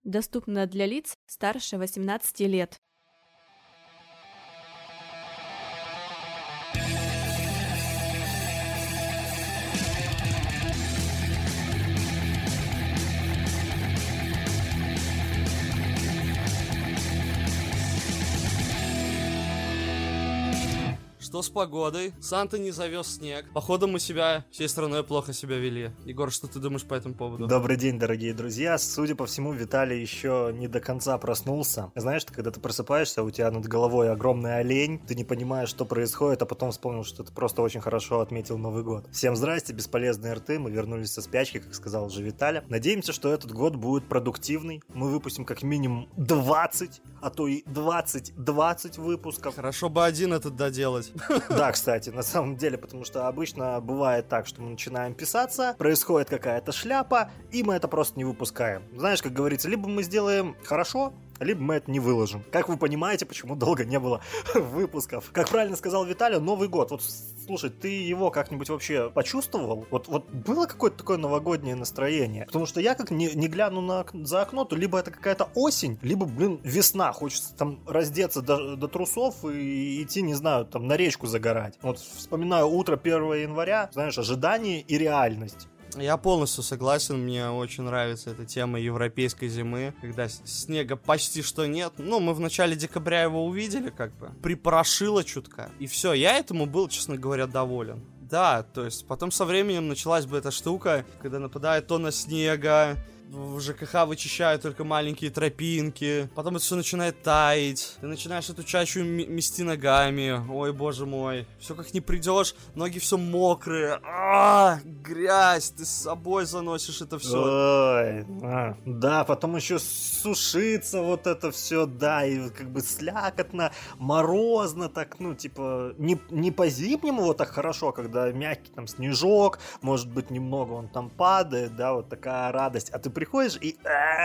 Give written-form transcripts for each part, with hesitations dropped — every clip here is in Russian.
Доступно для лиц старше 18 лет. Что с погодой? Санта не завез снег. Походу мы всей страной плохо себя вели. Егор, что ты думаешь по этому поводу? Добрый день, дорогие друзья. Судя по всему, Виталий еще не до конца проснулся. Знаешь, когда ты просыпаешься, у тебя над головой огромный олень, ты не понимаешь, что происходит, а потом вспомнил, что ты просто очень хорошо отметил Новый год. Всем здрасте, бесполезные рты, мы вернулись со спячки, как сказал уже Виталя. Надеемся, что этот год будет продуктивный. Мы выпустим как минимум 20, а то и 20 выпусков. Хорошо бы один этот доделать. Да, кстати, на самом деле, потому что обычно бывает так, что мы начинаем писаться, происходит какая-то шляпа, и мы это просто не выпускаем. Знаешь, как говорится, либо мы сделаем хорошо, либо мы это не выложим. Как вы понимаете, почему долго не было выпусков. Как правильно сказал Виталий, Новый год. Вот, слушай, ты его как-нибудь вообще почувствовал? Вот было какое-то такое новогоднее настроение? Потому что я как не гляну за окно, то либо это какая-то осень, либо, весна. Хочется там раздеться до трусов и идти, не знаю, там на речку загорать. Вот вспоминаю утро 1 января, знаешь, ожидание и реальность. Я полностью согласен, мне очень нравится эта тема европейской зимы, когда снега почти что нет. Ну, мы в начале декабря его увидели, как бы, припорошило чутка, и все, я этому был, честно говоря, доволен. Да, то есть потом со временем началась бы эта штука, когда нападает тонна снега, в ЖКХ вычищают только маленькие тропинки, потом это все начинает таять, ты начинаешь эту чащу мести ногами, ой, боже мой, все как не придешь, ноги все мокрые, грязь, ты с собой заносишь это все. Ой, да, потом еще сушится вот это все, да, и как бы слякотно, морозно так, не по-зимнему вот так хорошо, когда мягкий там снежок, может быть, немного он там падает, да, вот такая радость, а ты приходишь и...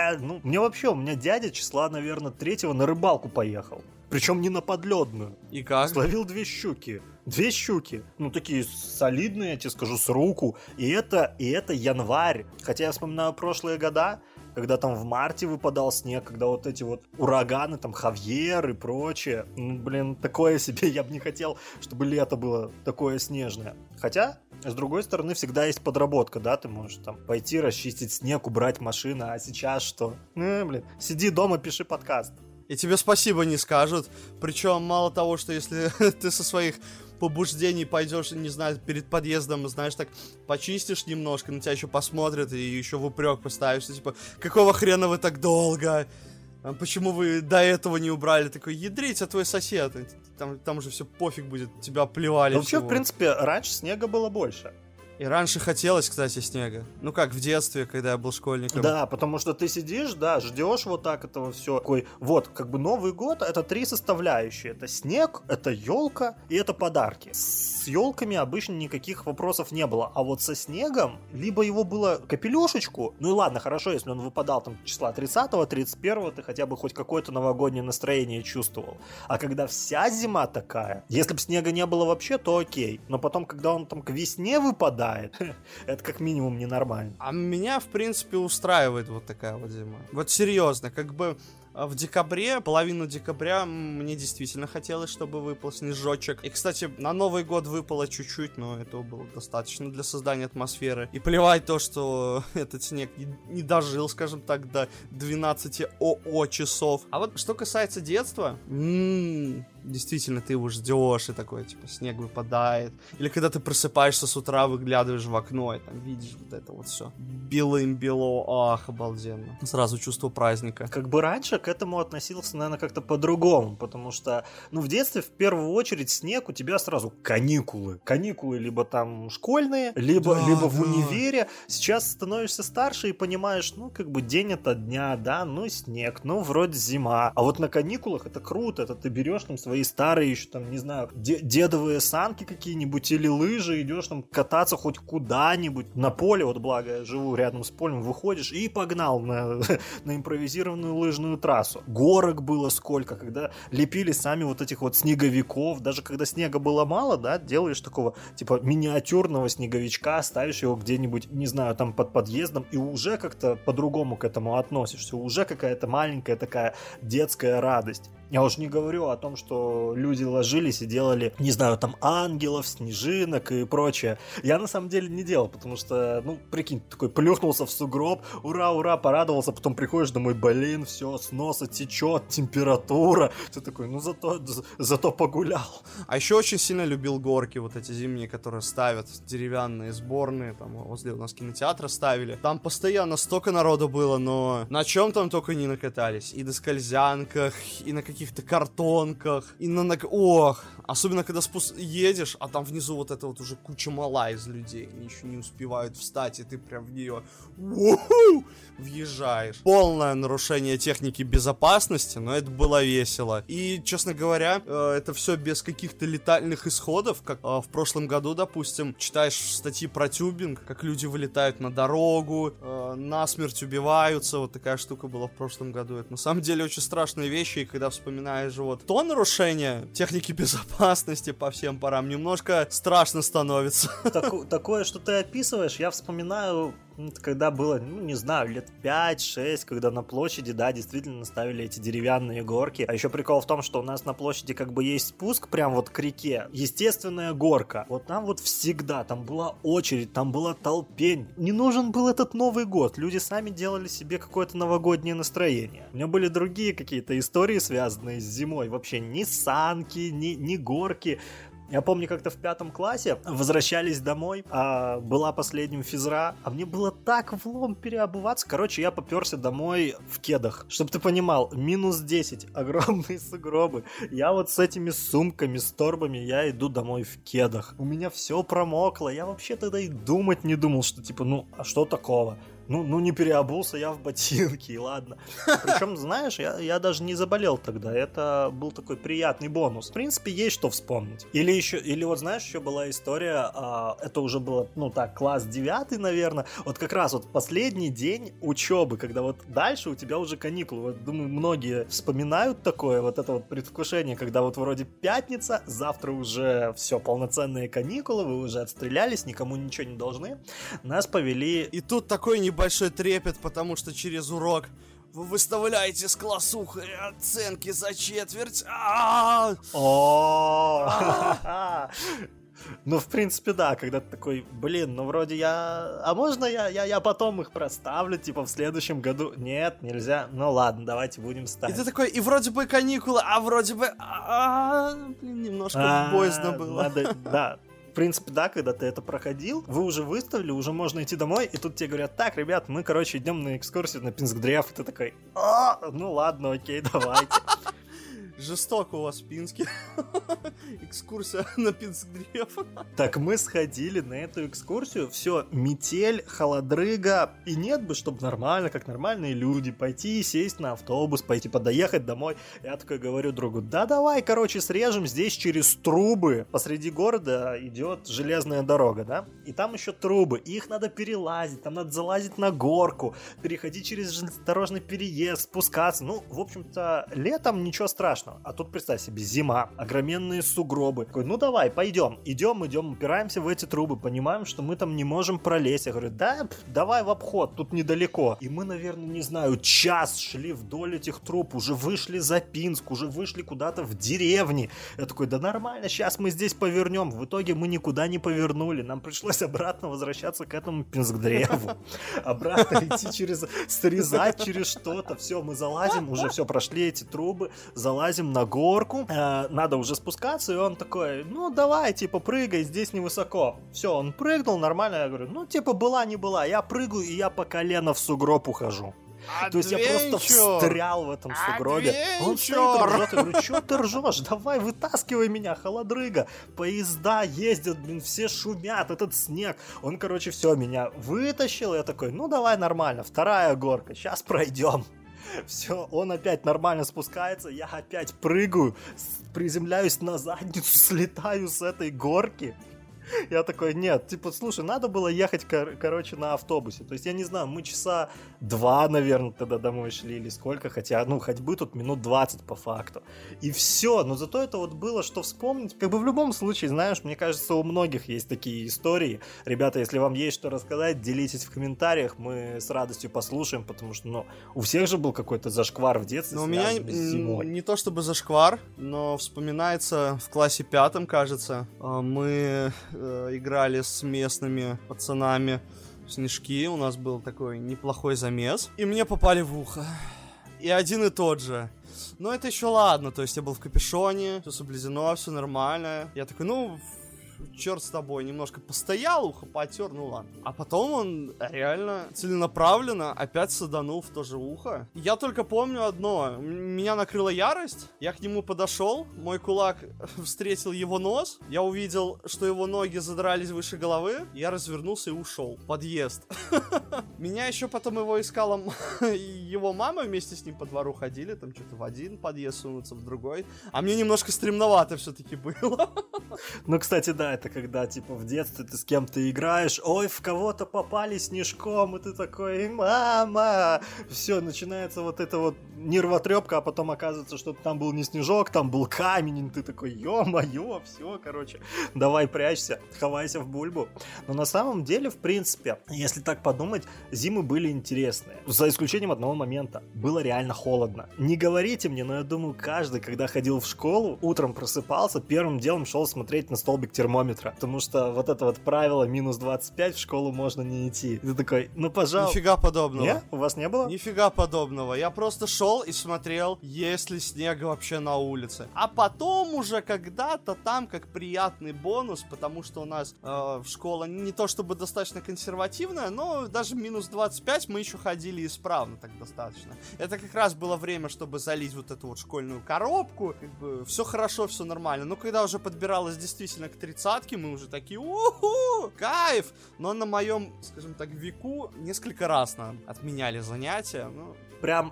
у меня дядя числа, наверное, 3-го на рыбалку поехал. Причем не на подледную. И как? Словил 2 щуки. 2 щуки. Такие солидные, я тебе скажу, с руку. И это январь. Хотя я вспоминаю прошлые года, когда там в марте выпадал снег, когда вот эти вот ураганы, там, Хавьер и прочее. Такое себе я бы не хотел, чтобы лето было такое снежное. Хотя, с другой стороны, всегда есть подработка, да, ты можешь там пойти расчистить снег, убрать машину, а сейчас что? Сиди дома, пиши подкаст. И тебе спасибо не скажут. Причем мало того, что если ты со своих побуждений пойдешь, не знаю, перед подъездом, знаешь, так почистишь немножко, на тебя еще посмотрят и еще в упрек поставишься, типа, какого хрена вы так долго? Почему вы до этого не убрали? Такой, ядрить, а твой сосед. Там уже все пофиг будет, тебя плевали. Вообще, в принципе, раньше снега было больше. И раньше хотелось, кстати, снега. Как в детстве, когда я был школьником. Да, потому что ты сидишь, да, ждешь вот так этого все. Такой, вот, как бы Новый год — это 3 составляющие. Это снег, это елка и это подарки. С елками обычно никаких вопросов не было. А вот со снегом, либо его было капелюшечку, и ладно, хорошо, если он выпадал там числа 30-го, 31-го, ты хотя бы хоть какое-то новогоднее настроение чувствовал. А когда вся зима такая, если бы снега не было вообще, то окей. Но потом, когда он там к весне выпадает, это как минимум ненормально. А меня, в принципе, устраивает вот такая вот зима. Вот серьезно, как бы в декабре, половину декабря мне действительно хотелось, чтобы выпал снежочек. И, кстати, на Новый год выпало чуть-чуть, но этого было достаточно для создания атмосферы. И плевать то, что этот снег не дожил, скажем так, до 12 ОО часов. А вот что касается детства, действительно, ты его ждешь, и такой, типа, снег выпадает. Или когда ты просыпаешься с утра, выглядываешь в окно, и там видишь вот это вот все. Белым-бело, обалденно. Сразу чувство праздника. Как бы раньше к этому относился, наверное, как-то по-другому, потому что, в детстве, в первую очередь, снег у тебя сразу каникулы. Каникулы либо там школьные, либо в универе. Сейчас становишься старше и понимаешь, день ото дня, да, снег, вроде зима. А вот на каникулах это круто, это ты берешь там свои старые еще там, не знаю, дедовые санки какие-нибудь или лыжи, идешь там кататься хоть куда-нибудь на поле, вот благо я живу рядом с полем, выходишь и погнал на импровизированную лыжную трассу. трассу. Горок было сколько, когда лепили сами вот этих вот снеговиков, даже когда снега было мало, да, делаешь такого, типа, миниатюрного снеговичка, ставишь его где-нибудь, не знаю, там под подъездом, и уже как-то по-другому к этому относишься, уже какая-то маленькая такая детская радость. Я уж не говорю о том, что люди ложились и делали, не знаю, там ангелов, снежинок и прочее. Я на самом деле не делал, потому что, ну, прикинь, такой плюхнулся в сугроб, ура, ура, порадовался, потом приходишь домой, блин, все, с носа течет, температура. Ты такой, ну зато погулял. А еще очень сильно любил горки, вот эти зимние, которые ставят, деревянные, сборные, там возле у нас кинотеатра ставили. Там постоянно столько народу было, но на чем там только не накатались. И на скользянках, и на каких-то картонках, и на... Ох, особенно когда едешь, а там внизу вот это вот уже куча мала из людей, они еще не успевают встать, и ты прям в нее въезжаешь. Полное нарушение техники безопасности, но это было весело. И, честно говоря, это все без каких-то летальных исходов, как в прошлом году, допустим, читаешь статьи про тюбинг, как люди вылетают на дорогу, насмерть убиваются, вот такая штука была в прошлом году. Это на самом деле очень страшные вещи, и когда вспоминаешь вот то нарушение техники безопасности по всем парам, немножко страшно становится. Такое, что ты описываешь, я вспоминаю, когда было, ну, не знаю, лет 5-6, когда на площади, да, действительно ставили эти деревянные горки. А еще прикол в том, что у нас на площади как бы есть спуск прям вот к реке. Естественная горка. Вот там вот всегда, там была очередь, там была толпень. Не нужен был этот Новый год. Люди сами делали себе какое-то новогоднее настроение. У меня были другие какие-то истории, связанные с зимой. Вообще ни санки, ни горки. Я помню, как-то в 5 классе возвращались домой, была последним физра, а мне было так влом переобуваться. Короче, я попёрся домой в кедах. Чтоб ты понимал, -10, огромные сугробы. Я вот с этими сумками, с торбами, я иду домой в кедах. У меня все промокло. Я вообще тогда и думать не думал, что типа, ну, а что такого? Ну, не переобулся я в ботинки, и ладно. Причем, знаешь, я даже не заболел тогда. Это был такой приятный бонус. В принципе, есть что вспомнить. Или вот, знаешь, еще была история, это уже было, ну так, класс 9, наверное. Вот как раз вот последний день учебы, когда вот дальше у тебя уже каникулы. Вот, думаю, многие вспоминают такое, вот это вот предвкушение, когда вот вроде пятница, завтра уже все, полноценные каникулы, вы уже отстрелялись, никому ничего не должны. Нас повели... И тут такой небольшой трепет, потому что через урок вы выставляете с классухой оценки за четверть. Ну, в принципе, да, когда ты такой, блин, ну вроде я... А можно я потом их проставлю, типа, в следующем году? Нет, нельзя. Ну ладно, давайте будем ставить. И ты такой, и вроде бы каникулы, а вроде бы... Блин, немножко боязно было. Да. В принципе, да, когда ты это проходил, вы уже выставили, уже можно идти домой, и тут тебе говорят, так, ребят, мы, короче, идем на экскурсию на Пинск-Древ, и ты такой, ну ладно, окей, давайте. Жестоко у вас в Пинске. Экскурсия на Пинск-Древ. Так мы сходили на эту экскурсию, все, метель, холодрыга, и нет бы, чтобы нормально, как нормальные люди, пойти сесть на автобус, пойти подоехать домой. Я такой говорю другу, да давай, короче, срежем здесь через трубы. Посреди города идет железная дорога, да, и там еще трубы, и их надо перелазить, там надо залазить на горку, переходить через железнодорожный переезд, спускаться. Ну, в общем-то, летом ничего страшного. А тут, представь себе, зима, огроменные сугробы. Такой, ну давай, пойдем. Идем, упираемся в эти трубы, понимаем, что мы там не можем пролезть. Я говорю, да, давай в обход, тут недалеко. И мы, наверное, не знаю, час шли вдоль этих труб, уже вышли за Пинск, уже вышли куда-то в деревни. Я такой, да нормально, сейчас мы здесь повернем. В итоге мы никуда не повернули. Нам пришлось обратно возвращаться к этому Пинск-древу. Обратно идти срезать через что-то. Все, мы залазим, уже все, прошли эти трубы, залазим на горку, надо уже спускаться, и он такой, ну давай, типа, прыгай, здесь невысоко. Все, он прыгнул, нормально, я говорю, ну типа, была не была, я прыгаю, и я по колено в сугроб ухожу. То есть я просто встрял в этом сугробе. Он стоит и ржет. Я говорю, что ты ржешь? Давай, вытаскивай меня, холодрыга. Поезда ездят, блин, все шумят, этот снег. Он, короче, все, меня вытащил. Я такой, ну давай, нормально, вторая горка, сейчас пройдем. Все, он опять нормально спускается, я опять прыгаю, приземляюсь на задницу, слетаю с этой горки. Я такой, нет, типа, слушай, надо было ехать, короче, на автобусе. То есть, я не знаю, мы часа 2, наверное, тогда домой шли или сколько, хотя, ну, ходьбы тут минут 20 по факту. И все, но зато это вот было, что вспомнить. Как бы в любом случае, знаешь, мне кажется, у многих есть такие истории. Ребята, если вам есть что рассказать, делитесь в комментариях, мы с радостью послушаем, потому что, ну, у всех же был какой-то зашквар в детстве. Но у меня не то чтобы зашквар, но вспоминается в классе 5, кажется, мы играли с местными пацанами в снежки, у нас был такой неплохой замес, и мне попали в ухо. И один и тот же. Но это еще ладно, то есть я был в капюшоне, все соблюдено, все нормально. Я такой, ну, черт с тобой, немножко постоял, ухо потер, ну ладно. А потом он реально целенаправленно опять саданул в то же ухо. Я только помню одно, меня накрыла ярость, я к нему подошел, мой кулак встретил его нос, я увидел, что его ноги задрались выше головы, я развернулся и ушел. Подъезд. Меня еще потом его искала его мама, вместе с ним по двору ходили, там что-то в один подъезд сунуться, в другой. А мне немножко стремновато все-таки было. Ну, кстати, да, это когда, типа, в детстве ты с кем-то играешь, ой, в кого-то попали снежком, и ты такой, мама! Все, начинается вот эта вот нервотрепка, а потом оказывается, что там был не снежок, там был камень, и ты такой, ё-моё, все, короче, давай прячься, ховайся в бульбу. Но на самом деле, в принципе, если так подумать, зимы были интересные. За исключением одного момента. Было реально холодно. Не говорите мне, но я думаю, каждый, когда ходил в школу, утром просыпался, первым делом шел смотреть на столбик термометра. Потому что вот это вот правило минус 25 в школу можно не идти. И ты такой, ну пожалуйста. Нифига подобного. Нет? У вас не было? Нифига подобного. Я просто шел и смотрел, есть ли снега вообще на улице. А потом уже когда-то там, как приятный бонус, потому что у нас школа не то чтобы достаточно консервативная, но даже минус 25 мы еще ходили исправно так достаточно. Это как раз было время, чтобы залить вот эту вот школьную коробку. Как бы все хорошо, все нормально. Но когда уже подбиралось действительно к 30-ке, мы уже такие, уху, кайф! Но на моем, скажем так, веку несколько раз нам отменяли занятия. Ну, прям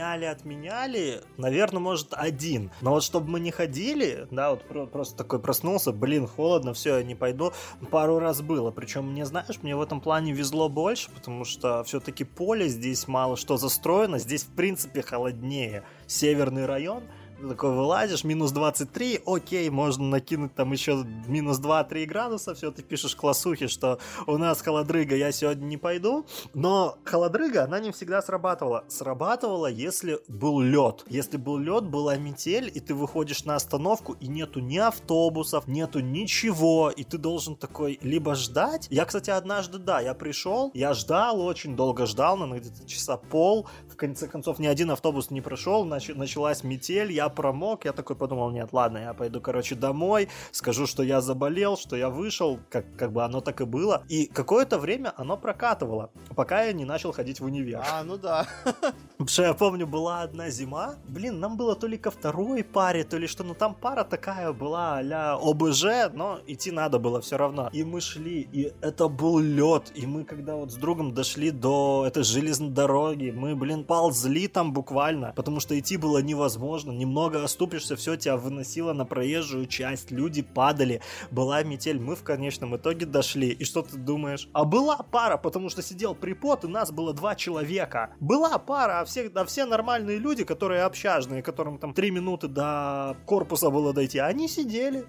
отменяли, наверное, может, один. Но вот чтобы мы не ходили, да, вот просто такой проснулся, блин, холодно, все, я не пойду, пару раз было. Причем, мне, знаешь, мне в этом плане везло больше, потому что все-таки поле здесь мало что застроено, здесь, в принципе, холоднее. Северный район, ты такой вылазишь, минус 23, окей, можно накинуть там еще минус 2-3 градуса, все, ты пишешь классухе, что у нас холодрыга, я сегодня не пойду, но холодрыга, она не всегда срабатывала. Срабатывала, если был лед. Если был лед, была метель, и ты выходишь на остановку, и нету ни автобусов, нету ничего, и ты должен такой либо ждать. Я, кстати, однажды, да, я пришел, я ждал, очень долго ждал, наверное, где-то часа пол, в конце концов, ни один автобус не прошел, началась метель, я промок, я такой подумал, нет, ладно, я пойду, короче, домой, скажу, что я заболел, что я вышел, как бы оно так и было. И какое-то время оно прокатывало, пока я не начал ходить в универ. А, ну да. Потому что я помню, была одна зима, блин, нам было то ли ко второй паре, то ли что, ну там пара такая была а-ля ОБЖ, но идти надо было все равно. И мы шли, и это был лед, и мы когда вот с другом дошли до этой железной дороги, мы, блин, ползли там буквально, потому что идти было невозможно, немного оступишься, все, тебя выносило на проезжую часть, люди падали, была метель, мы в конечном итоге дошли, и что ты думаешь? А была пара, потому что сидел припод, и нас было 2 человека. Была пара, а все нормальные люди, которые общажные, которым там 3 минуты до корпуса было дойти, они сидели,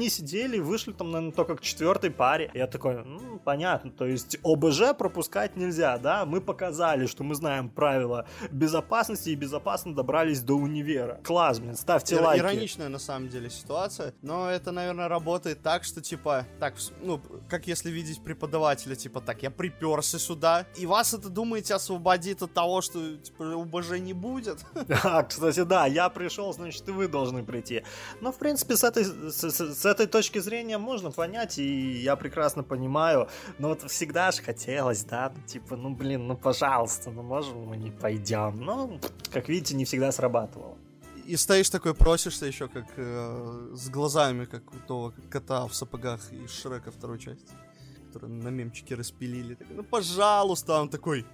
вышли там, наверное, только к 4-й паре. Я такой, ну, понятно, то есть ОБЖ пропускать нельзя, да? Мы показали, что мы знаем правила безопасности и безопасно добрались до универа. Класс, блин, ставьте лайки. Ироничная на самом деле ситуация, но это, наверное, работает так, что типа, так, ну, как если видеть преподавателя, типа, так, я приперся сюда, и вас это, думаете, освободит от того, что, типа, УБЖ не будет? Кстати, да, я пришел, значит, и вы должны прийти. Но, в принципе, с этой точки зрения можно понять, и я прекрасно понимаю, но вот всегда же хотелось, да, типа, ну, блин, ну, пожалуйста, ну, можем мы не пойдем? Ну, как видите, не всегда срабатывало. И стоишь такой, просишься еще, как с глазами, как у того кота в сапогах из Шрека второй части, который на мемчике распилили. Такой, ну, пожалуйста, он такой,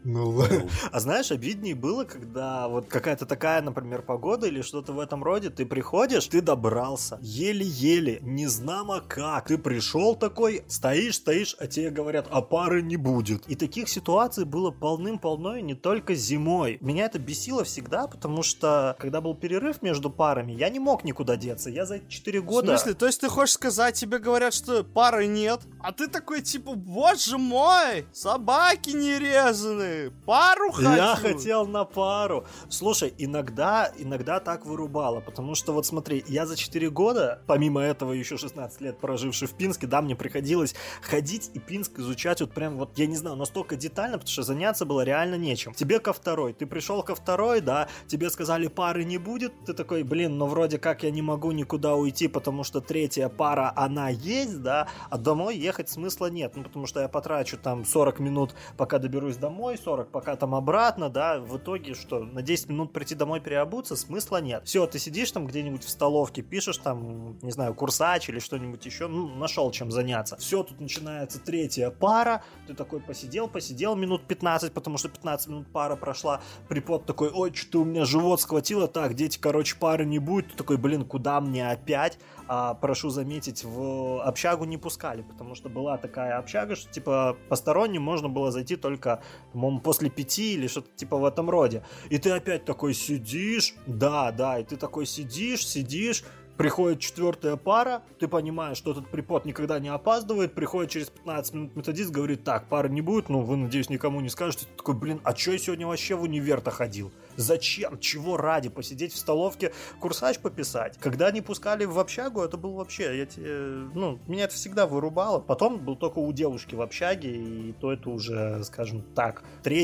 Ну ладно. А знаешь, обиднее было, когда вот какая-то такая, например, погода или что-то в этом роде, ты приходишь, ты добрался, еле-еле, не знамо как, ты пришел такой, стоишь, а тебе говорят, а пары не будет. И таких ситуаций было полным-полно, и не только зимой. Меня это бесило всегда, потому что, когда был перерыв между парами, я не мог никуда деться. Я за 4 года... В смысле? То есть ты хочешь сказать, тебе говорят, что пары нет, а ты такой, типа, боже мой, собаки нерезанные, пару хочу. Я хотел на пару. Слушай, иногда так вырубало, потому что вот смотри, я за 4 года, помимо этого еще 16 лет проживший в Пинске, да, мне приходилось ходить и Пинск изучать вот прям вот, я не знаю, настолько детально, потому что заняться было реально нечем. Тебе ко второй, ты пришел ко второй, да, тебе сказали, пары не будет, ты такой, блин, ну вроде как я не могу никуда уйти, потому что третья пара, она есть, да, а домой ехать смысла нет, ну потому что я потрачу там 40 минут, пока доберусь домой, 40, пока там обратно, да, в итоге что, на 10 минут прийти домой переобуться, смысла нет. Все, ты сидишь там где-нибудь в столовке, пишешь там, не знаю, курсач или что-нибудь еще, ну, нашел чем заняться. Все, тут начинается третья пара, ты такой посидел минут 15, потому что 15 минут пара прошла, припод такой, ой, что-то у меня живот схватило, так, дети, короче, пары не будет, ты такой, блин, куда мне опять? Прошу заметить, в общагу не пускали, потому что была такая общага, что, типа, посторонним можно было зайти только, по-моему, после 5 или что-то типа в этом роде. И ты опять такой сидишь, да, и ты такой сидишь, приходит четвертая пара, ты понимаешь, что этот препод никогда не опаздывает, приходит через 15 минут методист, говорит, так, пары не будет, ну, вы, надеюсь, никому не скажете. Ты такой, блин, а чё я сегодня вообще в универ-то ходил? Зачем? Чего ради? Посидеть в столовке, курсач пописать? Когда не пускали в общагу, это был вообще, меня это всегда вырубало. Потом был только у девушки в общаге, и то это уже, скажем так,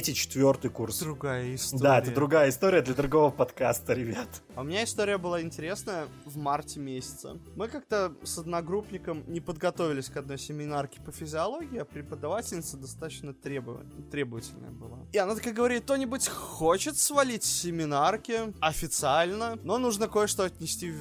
3-4 курс. Другая история. Да, это другая история для другого подкаста, ребят. А у меня история была интересная в марте месяце. Мы как-то с одногруппником не подготовились к одной семинарке по физиологии, а преподавательница достаточно требовательная была. И она такая говорит, кто-нибудь хочет свалить с семинарки официально, но нужно кое-что отнести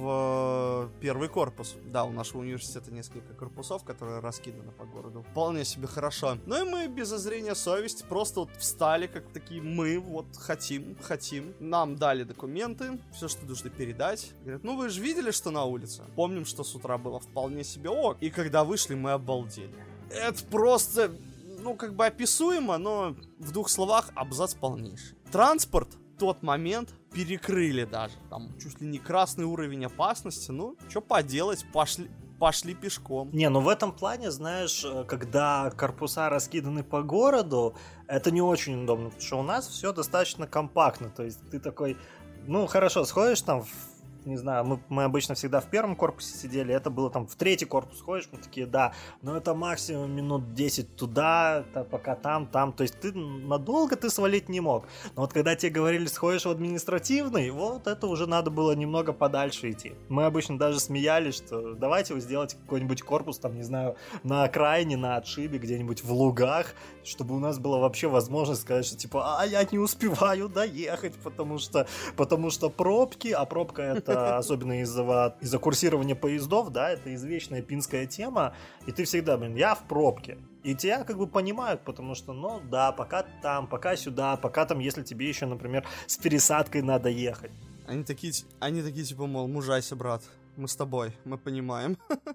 в первый корпус. Да, у нашего университета несколько корпусов, которые раскиданы по городу. Вполне себе хорошо. Ну и мы без зазрения совести просто вот встали, как такие, мы вот хотим. Нам дали документы, все, что нужно передать. Говорят, ну вы же видели, что на улице? Помним, что с утра было вполне себе ок. И когда вышли, мы обалдели. Это просто, описуемо, но в 2 словах абзац полнейший. Транспорт в тот момент перекрыли даже. Там чуть ли не красный уровень опасности. Ну, что поделать, пошли пешком. Не, ну в этом плане, знаешь, когда корпуса раскиданы по городу, это не очень удобно, потому что у нас все достаточно компактно. То есть ты такой, ну хорошо, сходишь там не знаю, мы обычно всегда в первом корпусе сидели, это было там в 3-й корпус ходишь, мы такие, да, но это максимум минут 10 туда, пока там, то есть ты надолго свалить не мог, но вот когда тебе говорили, сходишь в административный, вот это уже надо было немного подальше идти. Мы обычно даже смеялись, что давайте вы сделайте какой-нибудь корпус, там, не знаю, на окраине, на отшибе, где-нибудь в лугах, чтобы у нас была вообще возможность сказать, что типа, я не успеваю доехать, потому что пробки, а пробка это особенно из-за курсирования поездов, да, это извечная пинская тема, и ты всегда, я в пробке. И тебя как бы понимают, потому что, ну да, пока там, пока сюда, пока там, если тебе еще, например, с пересадкой надо ехать. Они такие типа, мол, мужайся, брат, мы с тобой, мы понимаем.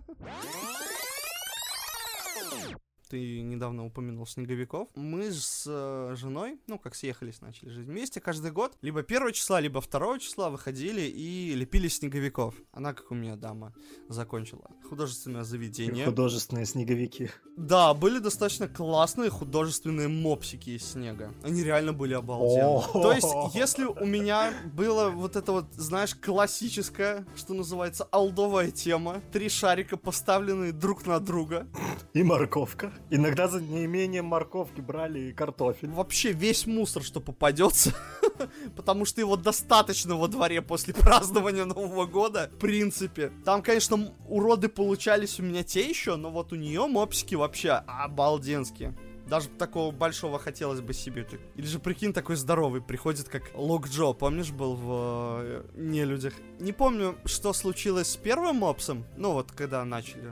Ты недавно упомянул снеговиков. Мы с женой, съехались, начали жить вместе, каждый год либо 1 числа, либо 2 числа выходили и лепили снеговиков. Она, как у меня дама, закончила художественное заведение. Художественные снеговики. Да, были достаточно классные художественные мопсики из снега. Они реально были обалденные. То есть, если у меня было вот это вот, знаешь, классическая, что называется, олдовая тема, 3 шарика, поставленные друг на друга. И морковка. Иногда за неимением морковки брали картофель. Вообще весь мусор, что попадется, потому что его достаточно во дворе после празднования Нового года, в принципе. Там, конечно, уроды получались у меня те еще, но вот у нее мопсики вообще обалденские. Даже такого большого хотелось бы себе. Или же, прикинь, такой здоровый приходит, как Лок Джо, помнишь, был в «Нелюдях». Не помню, что случилось с первым мопсом, когда начали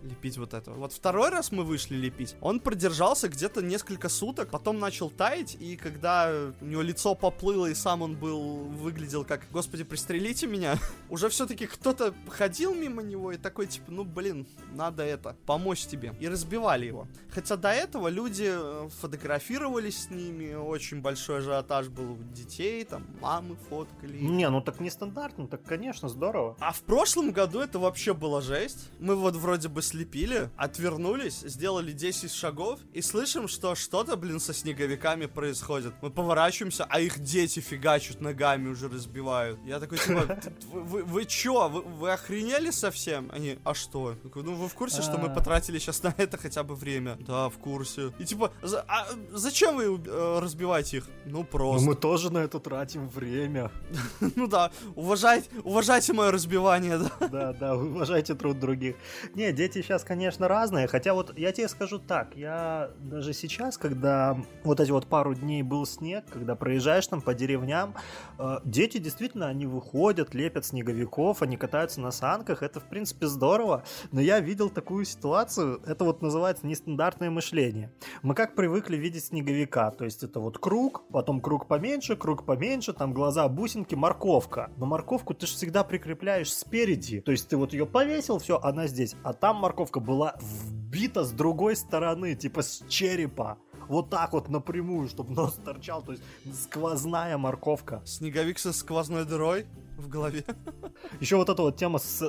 лепить вот это. Вот второй раз мы вышли лепить, он продержался где-то несколько суток, потом начал таять, и когда у него лицо поплыло, и сам он выглядел как, господи, пристрелите меня, уже все-таки кто-то ходил мимо него и такой, типа, ну, блин, надо помочь тебе. И разбивали его. Хотя до этого люди фотографировались с ними, очень большой ажиотаж был у детей, там, мамы фоткали. Не, ну так нестандартно, так, конечно, здорово. А в прошлом году это вообще была жесть. Мы вот вроде бы слепили, отвернулись, сделали 10 шагов и слышим, что что-то, блин, со снеговиками происходит. Мы поворачиваемся, а их дети фигачут ногами, уже разбивают. Я такой, типа, вы чё? Вы охренели совсем? Они, а что? Ну вы в курсе, что мы потратили сейчас на это хотя бы время? Да, в курсе. И типа, зачем вы разбиваете их? Ну просто. Ну мы тоже на это тратим время. Ну да, уважайте мое разбивание, да. Да, уважайте труд других. Не, дети сейчас, конечно, разные, хотя вот я тебе скажу так, я даже сейчас, когда вот эти вот пару дней был снег, когда проезжаешь там по деревням, дети действительно, они выходят, лепят снеговиков, они катаются на санках, это в принципе здорово, но я видел такую ситуацию, это вот называется нестандартное мышление. Мы как привыкли видеть снеговика, то есть это вот круг, потом круг поменьше, там глаза, бусинки, морковка. Но морковку ты же всегда прикрепляешь спереди, то есть ты вот ее повесил, все, она здесь, а там морковка была вбита с другой стороны, типа с черепа. Вот так вот напрямую, чтобы нос торчал, то есть сквозная морковка. Снеговик со сквозной дырой в голове. Еще вот эта вот тема со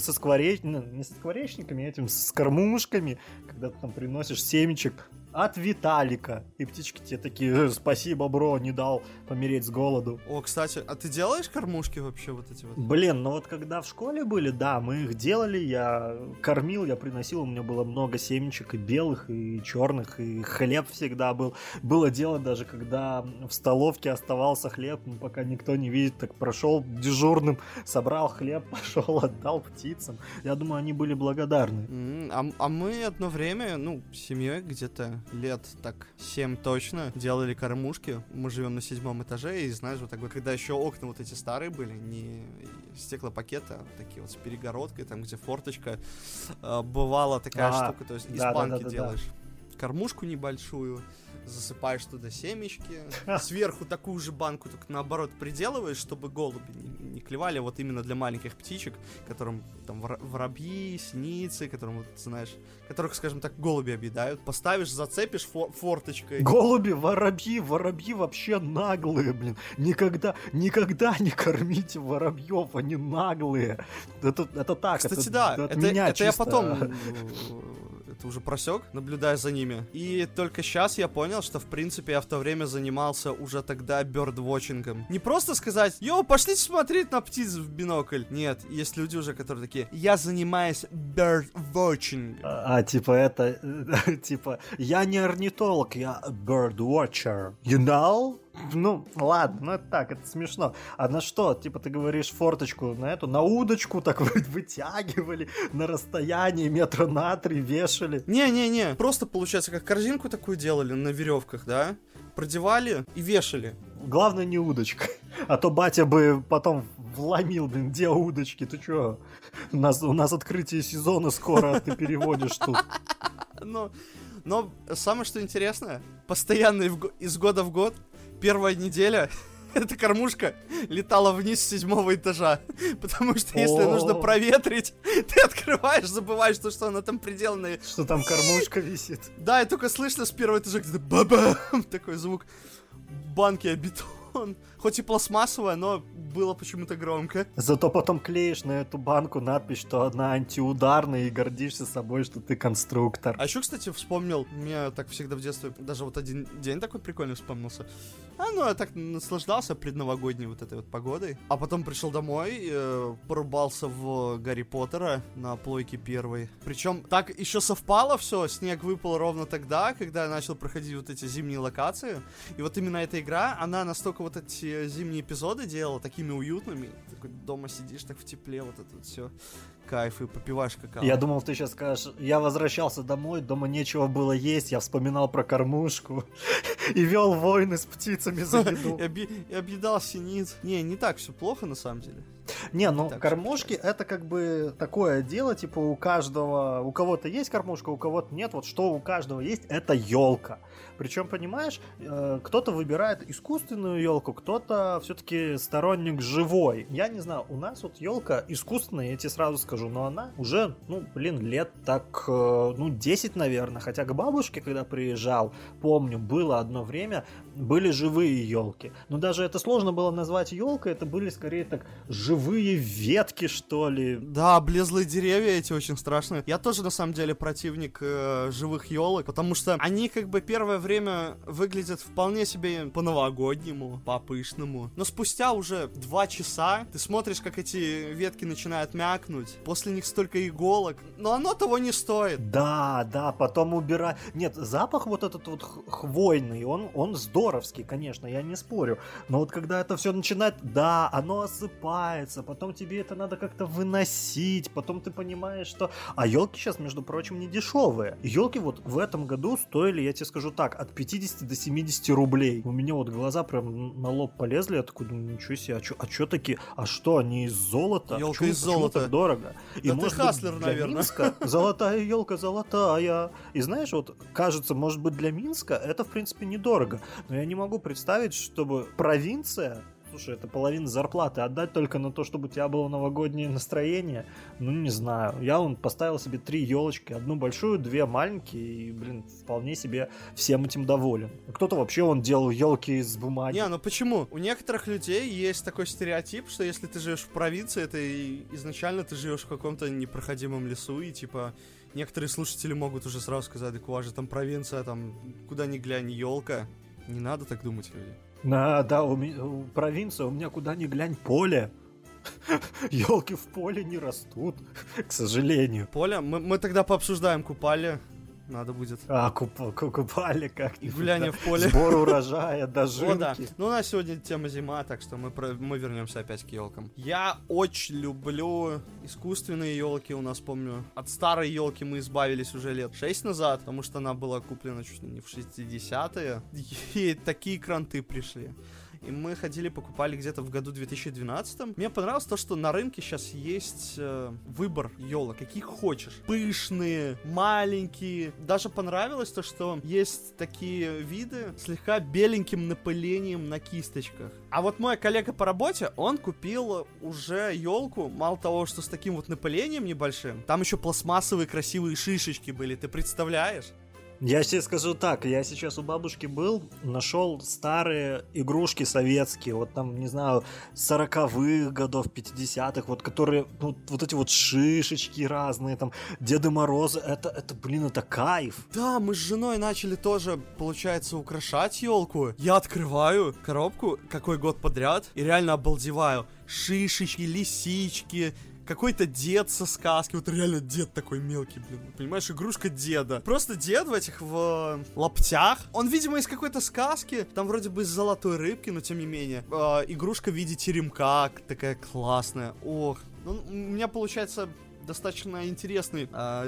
не со скворечниками, этим, с кормушками, когда ты там приносишь семечек от Виталика, и птички тебе такие, спасибо, бро, не дал помереть с голоду. О, кстати, а ты делаешь кормушки вообще вот эти вот? Блин, ну вот когда в школе были, да, мы их делали, я кормил, я приносил, у меня было много семечек и белых, и черных, и хлеб всегда был. Было дело даже, когда в столовке оставался хлеб, пока никто не видит, так прошел дежурным, собрал хлеб, пошел, отдал птицам. Я думаю, они были благодарны. А мы одно время, ну, с семьей где-то лет так 7 точно делали кормушки. Мы живем на 7 этаже, и знаешь, вот так вот, когда еще окна вот эти старые были, не стеклопакеты, а такие вот с перегородкой, там где форточка, бывала такая штука, то есть из банки делаешь кормушку небольшую, засыпаешь туда семечки, сверху такую же банку, только наоборот приделываешь, чтобы голуби не клевали, вот именно для маленьких птичек, которым там воробьи, синицы, которым, вот, знаешь, которых, скажем так, голуби объедают, поставишь, зацепишь форточкой. Голуби, воробьи вообще наглые, блин. Никогда не кормите воробьев, они наглые. Это так, кстати, это, да, от это меня это чисто. я потом это уже просек, наблюдая за ними. И только сейчас я понял, что в принципе я в то время занимался уже тогда бёрдвотчингом. Не просто сказать, йоу, пошлите смотреть на птиц в бинокль. Нет, есть люди уже, которые такие, я занимаюсь бёрдвотчингом. Типа это, типа, я не орнитолог, я birdwatcher, you know? Ну, ладно, ну это так, это смешно. А на что? Типа ты говоришь форточку на эту, на удочку так вытягивали на расстоянии метра на 3, вешали. Не-не-не, просто получается, как корзинку такую делали на веревках, да? Продевали и вешали. Главное не удочка. А то батя бы потом вломил, блин, где удочки, ты чё? У нас открытие сезона скоро, а ты переводишь тут. Но самое что интересное, постоянно из года в год, первая неделя, эта кормушка летала вниз с 7 этажа. Потому что если нужно проветрить, ты открываешь, забываешь, что она там приделанная. Что там кормушка висит. Да, и только слышно с 1 этажа где-то бабам, такой звук банки о бетон. Хоть и пластмассовая, но было почему-то громко. Зато потом клеишь на эту банку надпись, что она антиударная, и гордишься собой, что ты конструктор. А еще, кстати, вспомнил, мне так всегда в детстве, даже вот один день такой прикольный вспомнился. Я так наслаждался предновогодней вот этой вот погодой. А потом пришел домой, порубался в Гарри Поттера на плойке первой. Причем так еще совпало все, снег выпал ровно тогда, когда я начал проходить вот эти зимние локации. И вот именно эта игра, она настолько вот эти зимние эпизоды делала такими уютными. Такой дома сидишь так в тепле, вот это вот все. Кайф, и попиваешь какао. Я думал, ты сейчас скажешь, я возвращался домой, дома нечего было есть, я вспоминал про кормушку и вел войны с птицами за еду. И объедал синиц. Не так все плохо на самом деле. Не, ну Так, кормушки это как бы такое дело, типа у каждого, у кого-то есть кормушка, у кого-то нет, вот что у каждого есть, это елка. Причем, понимаешь, кто-то выбирает искусственную елку, кто-то все-таки сторонник живой. Я не знаю, у нас вот елка искусственная, я тебе сразу скажу, но она уже, лет так, 10, наверное. Хотя к бабушке, когда приезжал, помню, было одно время, были живые елки. Но даже это сложно было назвать елкой, это были скорее так живые ветки, что ли. Да, облезлые деревья эти очень страшные. Я тоже, на самом деле, противник живых елок, потому что они как бы первое время выглядят вполне себе по-новогоднему, по-пышному. Но спустя уже 2 часа ты смотришь, как эти ветки начинают мякнуть, после них столько иголок, но оно того не стоит. Да, потом убирать. Нет, запах вот этот вот хвойный, он здоровский, конечно, я не спорю. Но вот когда это все начинает, да, оно осыпается, потом тебе это надо как-то выносить, потом ты понимаешь, что... А елки сейчас, между прочим, не дешевые. Елки вот в этом году стоили, я тебе скажу так, от 50 до 70 рублей. У меня вот глаза прям на лоб полезли, я такой думаю, ничего себе, а что такие, а что, они из золота? Елка из золота. Так дорого? Да ты хаслер, наверное. Минска золотая елка, золотая. И знаешь, вот кажется, может быть, для Минска это, в принципе, недорого. Но я не могу представить, чтобы провинция... Слушай, это половина зарплаты отдать только на то, чтобы у тебя было новогоднее настроение. Ну, не знаю. Я поставил себе 3 елочки. 1 большую, 2 маленькие. И, вполне себе всем этим доволен. Кто-то вообще делал елки из бумаги. Не, ну почему? У некоторых людей есть такой стереотип, что если ты живешь в провинции, это изначально ты живешь в каком-то непроходимом лесу, и типа... Некоторые слушатели могут уже сразу сказать, так у вас же там провинция, там куда ни глянь, елка. Не надо так думать, люди. Да, провинция, у меня куда ни глянь поле. Елки в поле не растут, к сожалению. Поле? Мы тогда пообсуждаем Купали. Надо будет. Купали как. И гуляние в поле. Сбор урожая, дожинки. О, да. Ну, у нас сегодня тема зима, так что мы вернемся опять к елкам. Я очень люблю искусственные елки. У нас, помню, от старой елки мы избавились уже лет 6 назад, потому что она была куплена чуть ли не в 60-е. И такие кранты пришли. И мы ходили, покупали где-то в году 2012. Мне понравилось то, что на рынке сейчас есть выбор елок, каких хочешь. Пышные, маленькие. Даже понравилось то, что есть такие виды слегка беленьким напылением на кисточках. А вот мой коллега по работе, он купил уже елку, мало того, что с таким вот напылением небольшим, там еще пластмассовые красивые шишечки были, ты представляешь? Я тебе скажу так, я сейчас у бабушки был, нашел старые игрушки советские, вот там, не знаю, 40-х годов, 50-х, вот которые, вот эти вот шишечки разные, там, Деды Морозы, это кайф. Да, мы с женой начали тоже, получается, украшать елку. Я открываю коробку, какой год подряд, и реально обалдеваю. Шишечки, лисички, какой-то дед со сказки, вот реально дед такой мелкий, понимаешь, игрушка деда. Просто дед в этих лаптях, он, видимо, из какой-то сказки, там вроде бы из золотой рыбки, но тем не менее. Игрушка в виде теремка, такая классная. Ох, у меня получается достаточно интересный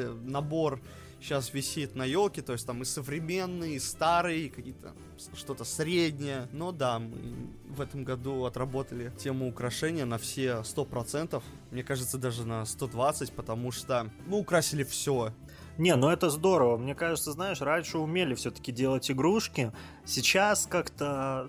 набор сейчас висит на елке, то есть там и современные, и старые, и какие-то что-то среднее. Но да, мы в этом году отработали тему украшения на все 100%. Мне кажется, даже на 120%, потому что мы украсили все. Не, ну это здорово. Мне кажется, знаешь, раньше умели все-таки делать игрушки. Сейчас как-то,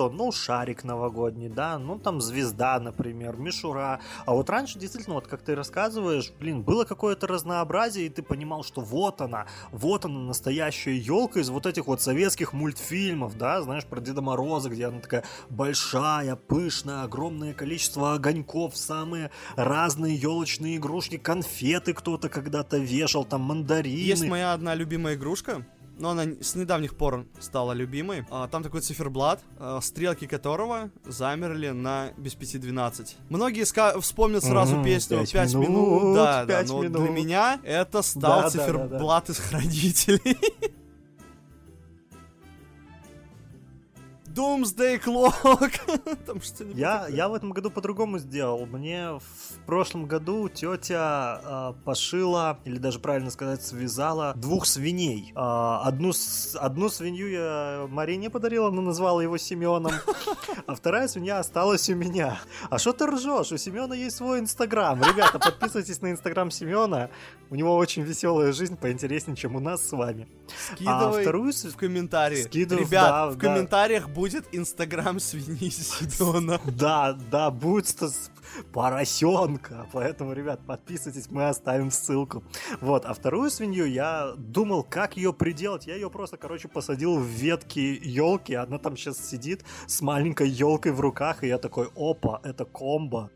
шарик новогодний, да, там звезда, например, мишура. А вот раньше действительно, вот как ты рассказываешь, было какое-то разнообразие, и ты понимал, что вот она настоящая елка из вот этих вот советских мультфильмов, да, знаешь, про Деда Мороза, где она такая большая, пышная, огромное количество огоньков, самые разные елочные игрушки, конфеты кто-то когда-то вешал, там мандарины. Есть моя одна любимая игрушка, но она с недавних пор стала любимой. Там такой циферблат, стрелки которого замерли на без 5:12. Многие вспомнят сразу песню 5 минут. Да, но для меня это стал циферблат из Хранителей. Doomsday Clock. Там что-нибудь я в этом году по-другому сделал. Мне в прошлом году тетя пошила, или даже правильно сказать, связала 2 свиней. Одну свинью я Марине подарил, она назвала его Семеном, а вторая свинья осталась у меня. А что ты ржешь? У Семена есть свой Инстаграм. Ребята, подписывайтесь на Инстаграм Семена. У него очень веселая жизнь, поинтереснее, чем у нас с вами. Скидывай в комментарии. Ребят, в комментариях будет Инстаграм свиньи Семена. Да, будет поросенка. Поэтому, ребят, подписывайтесь, мы оставим ссылку. Вот, а вторую свинью я думал, как ее приделать. Я ее просто, посадил в ветки елки. Она там сейчас сидит с маленькой елкой в руках, и я такой: опа, это комбо.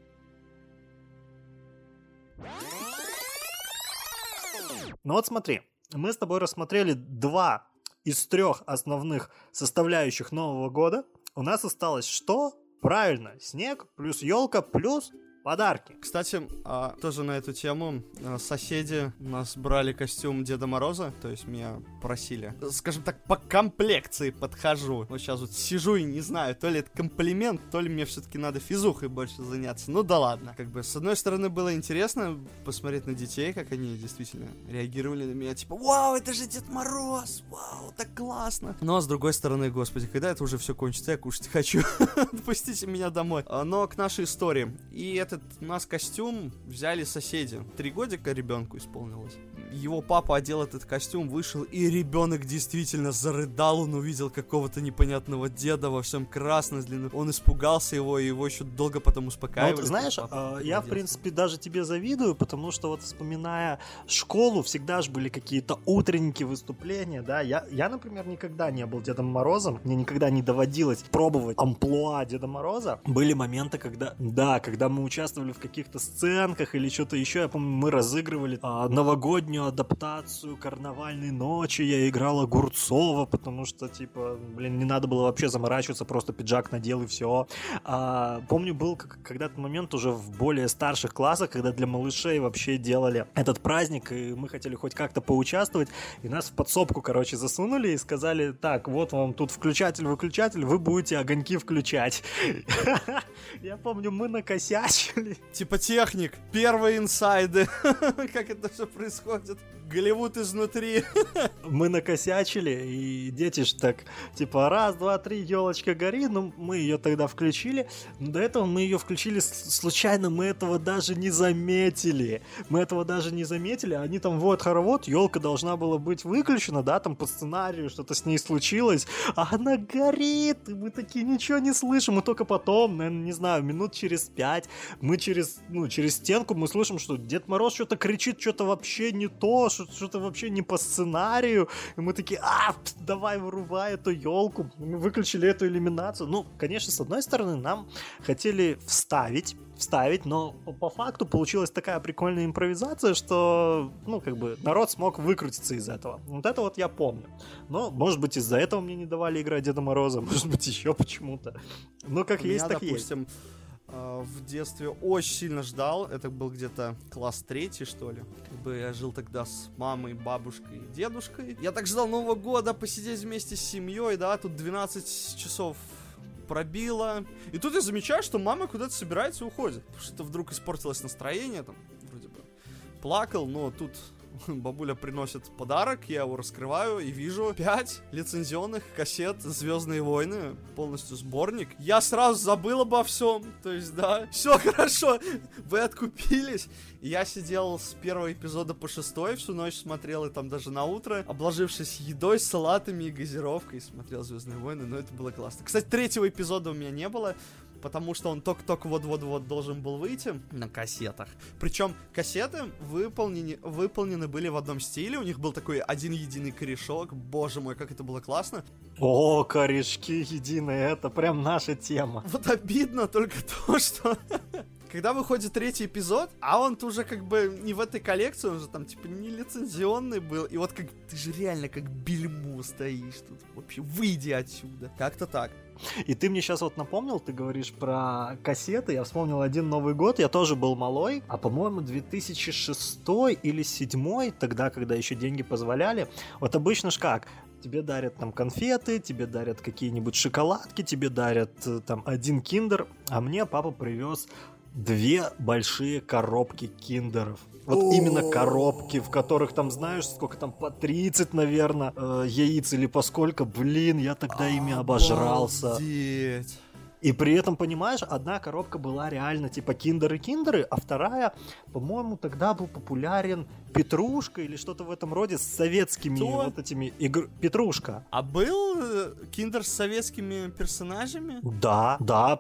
Ну вот смотри, мы с тобой рассмотрели 2 из 3 основных составляющих Нового года. У нас осталось что? Правильно, снег плюс елка плюс подарки. Кстати, тоже на эту тему соседи у нас брали костюм Деда Мороза, то есть меня просили, скажем так, по комплекции подхожу. Вот сейчас вот сижу и не знаю, то ли это комплимент, то ли мне все-таки надо физухой больше заняться. Ну да ладно. С одной стороны, было интересно посмотреть на детей, как они действительно реагировали на меня, типа: вау, это же Дед Мороз, вау, так классно. Но с другой стороны, господи, когда это уже все кончится, я кушать хочу. Отпустите меня домой. Но к нашей истории. И этот у нас костюм взяли соседи. 3 годика ребенку исполнилось. Его папа одел этот костюм, вышел, и ребенок действительно зарыдал. Он увидел какого-то непонятного деда во всем красном, длинном. Он испугался его, и его еще долго потом успокаивали. Вот, знаешь, я, в принципе, даже тебе завидую, потому что вот вспоминая школу, всегда же были какие-то утренники, выступления, да. Я, например, никогда не был Дедом Морозом, мне никогда не доводилось пробовать амплуа Деда Мороза. Были моменты, когда мы участвовали в каких-то сценках или что-то еще. Я помню, мы разыгрывали новогоднюю адаптацию «Карнавальной ночи». Я играл Огурцова, потому что, не надо было вообще заморачиваться, просто пиджак надел и все. Помню, был когда-то момент уже в более старших классах, когда для малышей вообще делали этот праздник, и мы хотели хоть как-то поучаствовать, и нас в подсобку, засунули и сказали: так, вот вам тут включатель-выключатель, вы будете огоньки включать. Я помню, мы накосячили. Типа техник, первые инсайды. Как это все происходит? Голливуд изнутри. Мы накосячили, и дети ж так, 1, 2, 3, елочка гори. Ну, мы ее тогда включили. Но до этого мы ее включили случайно, мы этого даже не заметили. Они там хоровод, елка должна была быть выключена, да, там по сценарию что-то с ней случилось, а она горит, и мы такие ничего не слышим. И только потом, наверное, не знаю, минут через 5, мы через стенку мы слышим, что Дед Мороз что-то кричит, что-то вообще не то, что-то вообще не по сценарию. И мы такие: давай вырубай эту елку. Мы выключили эту иллюминацию. Ну, конечно, с одной стороны, нам хотели вставить, но по факту получилась такая прикольная импровизация, что, народ смог выкрутиться из этого. Вот это вот я помню. Но, может быть, из-за этого мне не давали играть Деда Мороза, может быть, еще почему-то. Ну, как есть, так есть. В детстве очень сильно ждал. Это был где-то класс 3, что ли. Я жил тогда с мамой, бабушкой и дедушкой. Я так ждал Нового года, посидеть вместе с семьей, да, тут 12 часов пробило. И тут я замечаю, что мама куда-то собирается и уходит. Что-то вдруг испортилось настроение, там, вроде бы плакал, но тут бабуля приносит подарок, я его раскрываю и вижу 5 лицензионных кассет «Звездные войны», полностью сборник. Я сразу забыл обо всем, то есть, да, все хорошо, вы откупились. И я сидел с 1 эпизода по 6, всю ночь смотрел, и там даже на утро, обложившись едой, салатами и газировкой, смотрел «Звездные войны», но это было классно. Кстати, 3-го эпизода у меня не было, потому что он только-только вот-вот-вот должен был выйти на кассетах. Причем кассеты выполнены были в одном стиле, у них был такой один единый корешок. Боже мой, как это было классно. О, корешки единые, это прям наша тема. Вот обидно только то, что когда выходит 3-й эпизод, а он уже не в этой коллекции, он же там не лицензионный был, и вот ты же реально как бельмо стоишь тут, вообще выйди отсюда. Как-то так. И ты мне сейчас напомнил, ты говоришь про кассеты, я вспомнил один Новый год, я тоже был малой, а по-моему 2006 или 2007, тогда, когда еще деньги позволяли, вот обычно ж как, Тебе дарят там конфеты, тебе дарят какие-нибудь шоколадки, тебе дарят там 1 киндер, а мне папа привез 2 большие коробки киндеров. Вот именно коробки, в которых там, знаешь, сколько там, по 30, наверное, яиц или по сколько. Блин, я тогда ими обожрался. Обалдеть. И при этом, понимаешь, одна коробка была реально типа киндеры, а вторая, по-моему, тогда был популярен Петрушка или что-то в этом роде с советскими вот этими Петрушка. А был киндер с советскими персонажами? Да,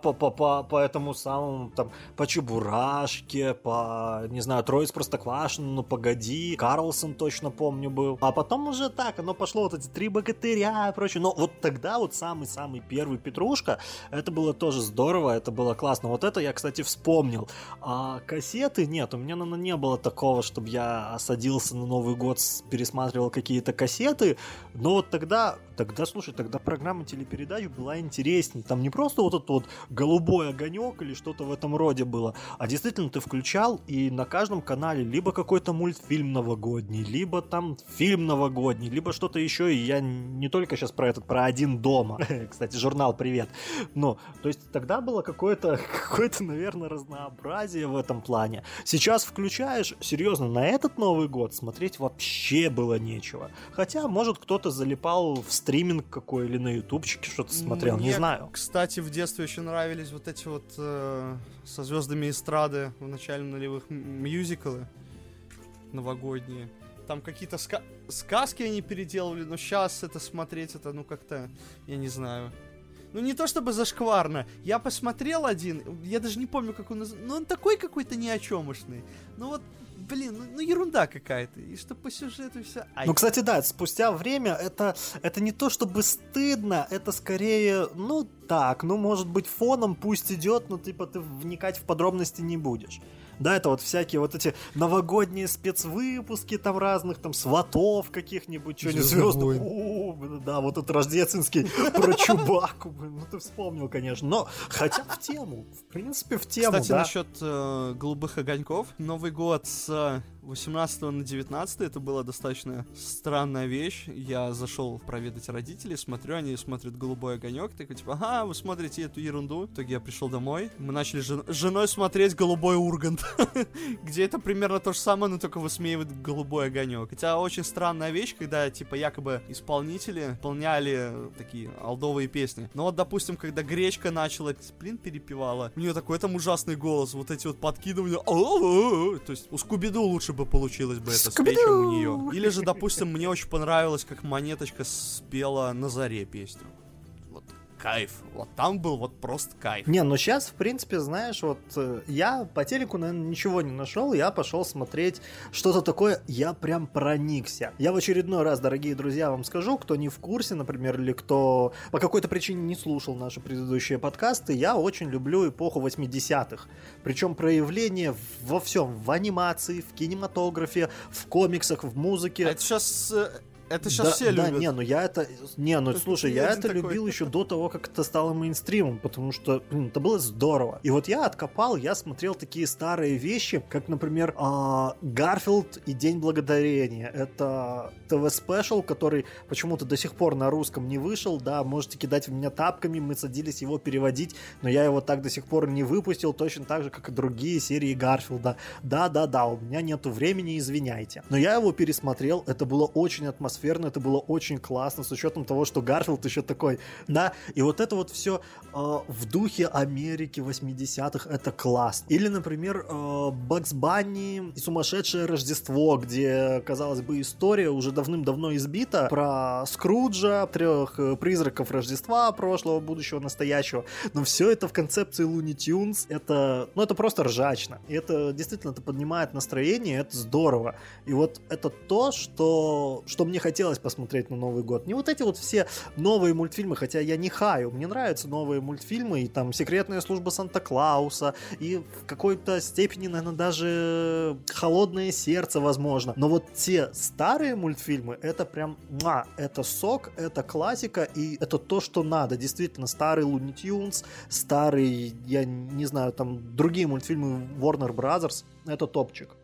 по этому самому, там, по Чебурашке, по, не знаю, Трое из Простоквашино, ну погоди, Карлсон точно помню был. А потом уже так, оно пошло, вот эти 3 богатыря и прочее. Но вот тогда вот самый-самый первый Петрушка, это было тоже здорово, это было классно. Вот это я, кстати, вспомнил. А кассеты нет, у меня, наверное, не было такого, чтобы я садился на Новый год, пересматривал какие-то кассеты, но вот тогда, слушай, тогда программа телепередач была интересней. Там не просто вот этот вот голубой огонек или что-то в этом роде было, а действительно ты включал, и на каждом канале либо какой-то мультфильм новогодний, либо там фильм новогодний, либо что-то еще, и я не только сейчас про «Один дома», кстати, журнал «Привет», но, то есть тогда было какое-то, наверное, разнообразие в этом плане. Сейчас включаешь, серьезно, на этот Новый год смотреть вообще было нечего. Хотя, может, кто-то залипал в стриминг какой или на ютубчике что-то смотрел, не знаю. Кстати, в детстве очень нравились вот эти вот со звездами эстрады в начале нулевых мюзиклы новогодние. Там какие-то сказки они переделывали, но сейчас это смотреть, это ну как-то, я не знаю. Ну, не то чтобы зашкварно. Я посмотрел один, я даже не помню, как он называется. Но он такой какой-то ни о чемушный. Ну вот, блин, ну ерунда какая-то. И что по сюжету и все. Ну, кстати, да, спустя время это не то чтобы стыдно, это скорее, ну так, ну может быть фоном пусть идет, но типа ты вникать в подробности не будешь. Да, это вот всякие вот эти новогодние спецвыпуски там разных, там, сватов каких-нибудь, что-нибудь звездных. Да, вот этот рождественский про Чубаку, ну ты вспомнил, конечно. Но хотя в тему, в принципе, в тему, кстати, да. насчет голубых огоньков. Новый год с 18 на 19 это была достаточно странная вещь. Я зашел проведать родителей, смотрю, они смотрят «Голубой огонек», такой типа, ага, вы смотрите эту ерунду. В итоге я пришел домой, мы начали с женой смотреть «Голубой Ургант», где это примерно то же самое, но только высмеивает «Голубой огонек». Хотя очень странная вещь, когда типа якобы исполнители исполняли такие олдовые песни. Но вот, допустим, когда Гречка начала сплин перепевала, у нее такой там ужасный голос, вот эти вот подкидывания, то есть у Скуби-Ду лучше бы получилось бы это спеть, чем у нее. Или же, допустим, мне очень понравилось, как Монеточка спела «На заре» песню. Вот кайф. Вот там был вот просто кайф. Не, ну сейчас, в принципе, знаешь, вот я по телеку, наверное, ничего не нашел, я пошел смотреть что-то такое, я прям проникся. Я в очередной раз, дорогие друзья, вам скажу, кто не в курсе, например, или кто по какой-то причине не слушал наши предыдущие подкасты, я очень люблю эпоху 80-х. Причем проявление во всем, в анимации, в кинематографе, в комиксах, в музыке. А это сейчас все любят. Слушай, я это любил еще до того, как это стало мейнстримом, потому что, это было здорово. И вот я откопал, я смотрел такие старые вещи, как, например, Гарфилд и День Благодарения. Это ТВ-спешл, который почему-то до сих пор на русском не вышел, да, можете кидать в меня тапками, мы садились его переводить, но я его так до сих пор не выпустил, точно так же, как и другие серии Гарфилда. Да, у меня нету времени, извиняйте. Но я его пересмотрел, это было очень атмосферно, это было очень классно, с учетом того, что Гарфилд еще такой, да, и вот это вот все в духе Америки 80-х, это класс. Или, например, Бакс Банни и Сумасшедшее Рождество, где, казалось бы, история уже давным-давно избита про Скруджа, 3 призраков Рождества, прошлого, будущего, настоящего, но все это в концепции Looney Tunes, это просто ржачно, и это действительно это поднимает настроение, это здорово, и вот это то, что мне хотелось посмотреть на Новый год. Не вот эти вот все новые мультфильмы, хотя я не хаю, мне нравятся новые мультфильмы, и там «Секретная служба Санта-Клауса», и в какой-то степени, наверное, даже «Холодное сердце», возможно. Но вот те старые мультфильмы, это прям, это сок, это классика, и это то, что надо. Действительно, старый Looney Tunes, старый, я не знаю, там, другие мультфильмы Warner Brothers, это топчик.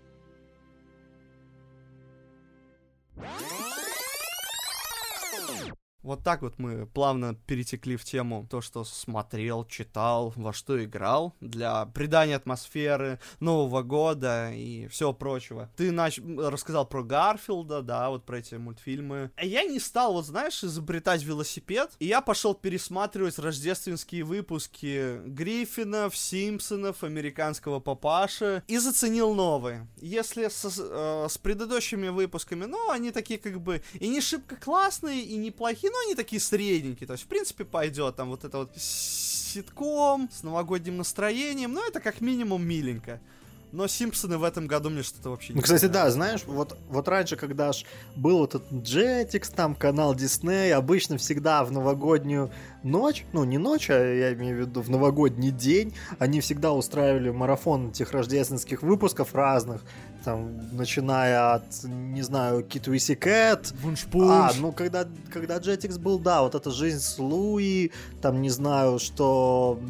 Вот так вот мы плавно перетекли в тему то, что смотрел, читал, во что играл для придания атмосферы Нового года и всего прочего. Ты рассказал про Гарфилда, да, вот про эти мультфильмы. А я не стал, вот знаешь, изобретать велосипед, и я пошел пересматривать рождественские выпуски Гриффинов, Симпсонов, Американского папаши и заценил новые. Если с предыдущими выпусками, ну, они такие как бы и не шибко классные, и неплохие, но они такие средненькие, то есть, в принципе, пойдет там вот это вот ситком с новогодним настроением, ну, это как минимум миленько. Но Симпсоны в этом году мне что-то вообще не Ну, кстати, понравилось. да, знаешь, вот раньше, когда ж был вот этот Jetix, там, канал Disney, обычно всегда в новогоднюю ночь, ну, не ночь, а я имею в виду в новогодний день, они всегда устраивали марафон этих рождественских выпусков разных, там, начиная от, не знаю, Kit Wisi Cat. Вунш-пунш. Ну, когда Jetix был, да, вот эта жизнь с Луи, там, не знаю, что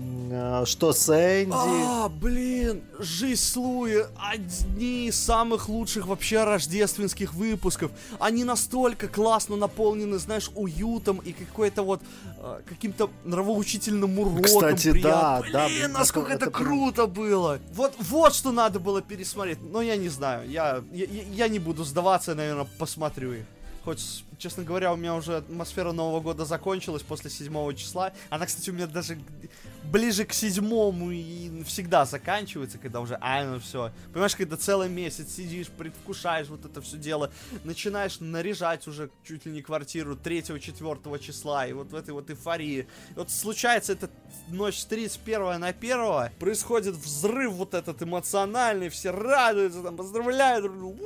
Сэнди. Блин, жизнь с Луи, одни из самых лучших вообще рождественских выпусков. Они настолько классно наполнены, знаешь, уютом и какой-то вот каким-то нравоучительным уроком. Кстати, да, приятным. да. Блин, насколько это круто было. Вот что надо было пересмотреть. Но я не знаю, я не буду сдаваться, я, наверное, посмотрю их. Хоть, честно говоря, у меня уже атмосфера Нового года закончилась после 7 числа. Она, кстати, у меня даже ближе к 7 и всегда заканчивается, когда уже, ну все. Понимаешь, когда целый месяц сидишь, предвкушаешь вот это все дело, начинаешь наряжать уже чуть ли не квартиру 3-4 числа, и вот в этой вот эйфории. И вот случается эта ночь с 31 на 1, происходит взрыв вот этот эмоциональный, все радуются, там, поздравляют,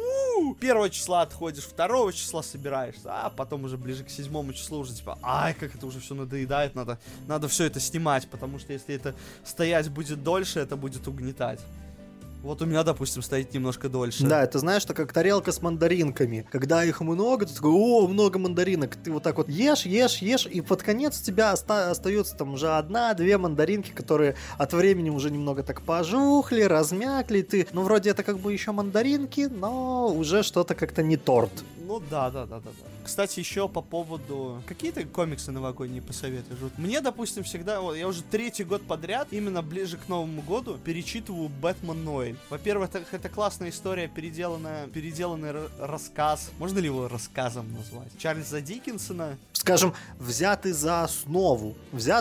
1 числа отходишь, 2 числа собираешься, а потом уже ближе к 7 числу уже типа, как это уже все надоедает, надо все это снимать, потому что если это стоять будет дольше, это будет угнетать. Вот у меня, допустим, стоит немножко дольше. Да, это знаешь, что как тарелка с мандаринками. Когда их много, ты такой, много мандаринок. Ты вот так вот ешь, и под конец у тебя остается там уже 1-2 мандаринки, которые от времени уже немного так пожухли, размякли. Ты, ну, вроде это как бы еще мандаринки, но уже что-то как-то не торт. Ну да. Кстати, еще по поводу... Какие ты комиксы новогодние посоветуешь? Вот мне, допустим, всегда... Я уже 3-й год подряд, именно ближе к Новому году, перечитываю «Бэтмен Ноэль». Во-первых, это классная история, переделанный рассказ. Можно ли его рассказом назвать? Чарльза Диккенсона. Скажем, взятая за основу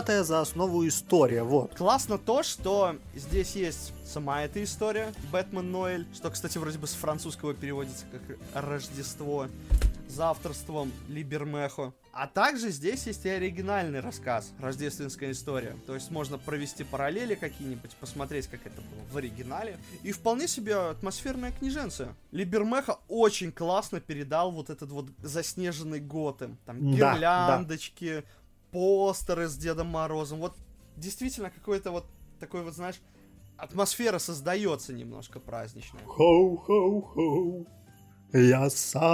история, вот. Классно то, что здесь есть сама эта история, «Бэтмен Ноэль», что, кстати, вроде бы с французского переводится как «Рождество», за авторством Ли Бермехо. А также здесь есть и оригинальный рассказ, рождественская история. То есть можно провести параллели какие-нибудь, посмотреть, как это было в оригинале. И вполне себе атмосферная книженция. Ли Бермехо очень классно передал вот этот вот заснеженный Готэм. Там гирляндочки, постеры с Дедом Морозом. Вот действительно какой-то вот такой вот, знаешь, атмосфера создается немножко праздничная. Хоу-хоу-хоу. Я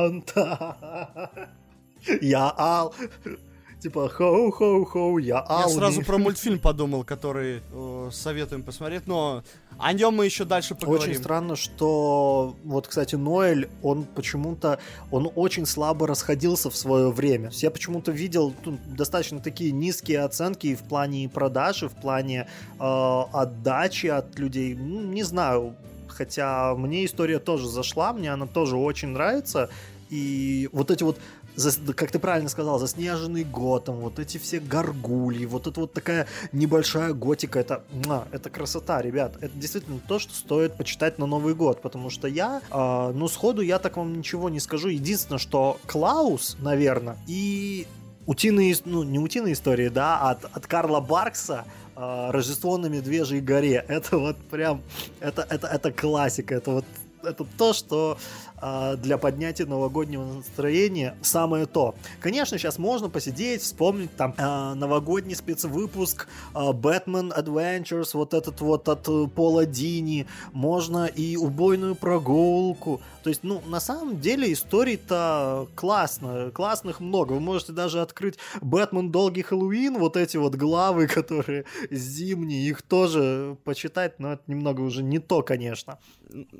Санта, я Ал, типа хоу-хоу-хоу, я Ал. Я сразу про мультфильм подумал, который советуем посмотреть, но о нем мы еще дальше поговорим. Очень странно, что вот, кстати, Ноэль, он очень слабо расходился в свое время. Я почему-то видел достаточно такие низкие оценки и в плане продаж, и в плане отдачи от людей. Не знаю. Хотя мне история тоже зашла, мне она тоже очень нравится. И вот эти вот, как ты правильно сказал, заснеженный Готэм, вот эти все горгульи, вот это вот такая небольшая готика, это красота, ребят. Это действительно то, что стоит почитать на Новый год, потому что я, сходу я так вам ничего не скажу. Единственное, что Клаус, наверное, и не утиные истории, да, от Карла Баркса, Рождество на Медвежьей горе. Это вот прям, это классика, это то, что для поднятия новогоднего настроения самое то. Конечно, сейчас можно посидеть, вспомнить там новогодний спецвыпуск Batman Adventures, вот этот вот от Пола Дини, можно и убойную прогулку. То есть, на самом деле историй-то классных много. Вы можете даже открыть Бэтмен Долгий Хэллоуин, вот эти вот главы, которые зимние, их тоже почитать, но это немного уже не то, конечно.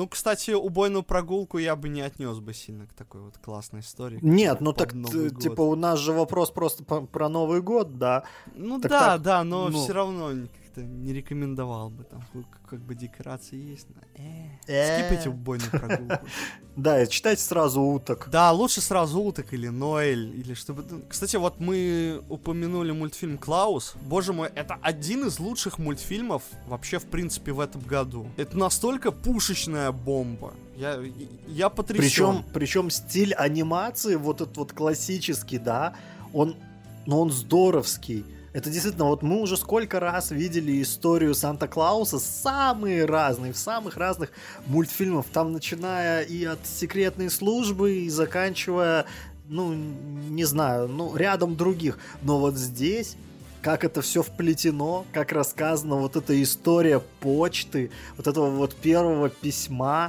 Ну, кстати, убойную прогулку я бы не отнес бы сильно к такой вот классной истории. Нет, ну так, типа, у нас же вопрос просто про Новый год, да. Ну так, да, так, да, но ну... все равно как-то не рекомендовал бы. Там как бы декорации есть, но скипайте убойную прогулку. Да, читайте сразу уток. Да, лучше сразу уток или Ноэль, или чтобы... Кстати, вот мы упомянули мультфильм «Клаус». Боже мой, это один из лучших мультфильмов вообще, в принципе, в этом году. Это настолько пушечная бомба. Я потрясен. Причем стиль анимации, вот этот вот классический, да, он здоровский. Это действительно, вот мы уже сколько раз видели историю Санта-Клауса, самые разные, в самых разных мультфильмах, там начиная и от секретной службы, и заканчивая, ну, не знаю, ну, рядом других. Но вот здесь, как это все вплетено, как рассказана вот эта история почты, вот этого вот первого письма,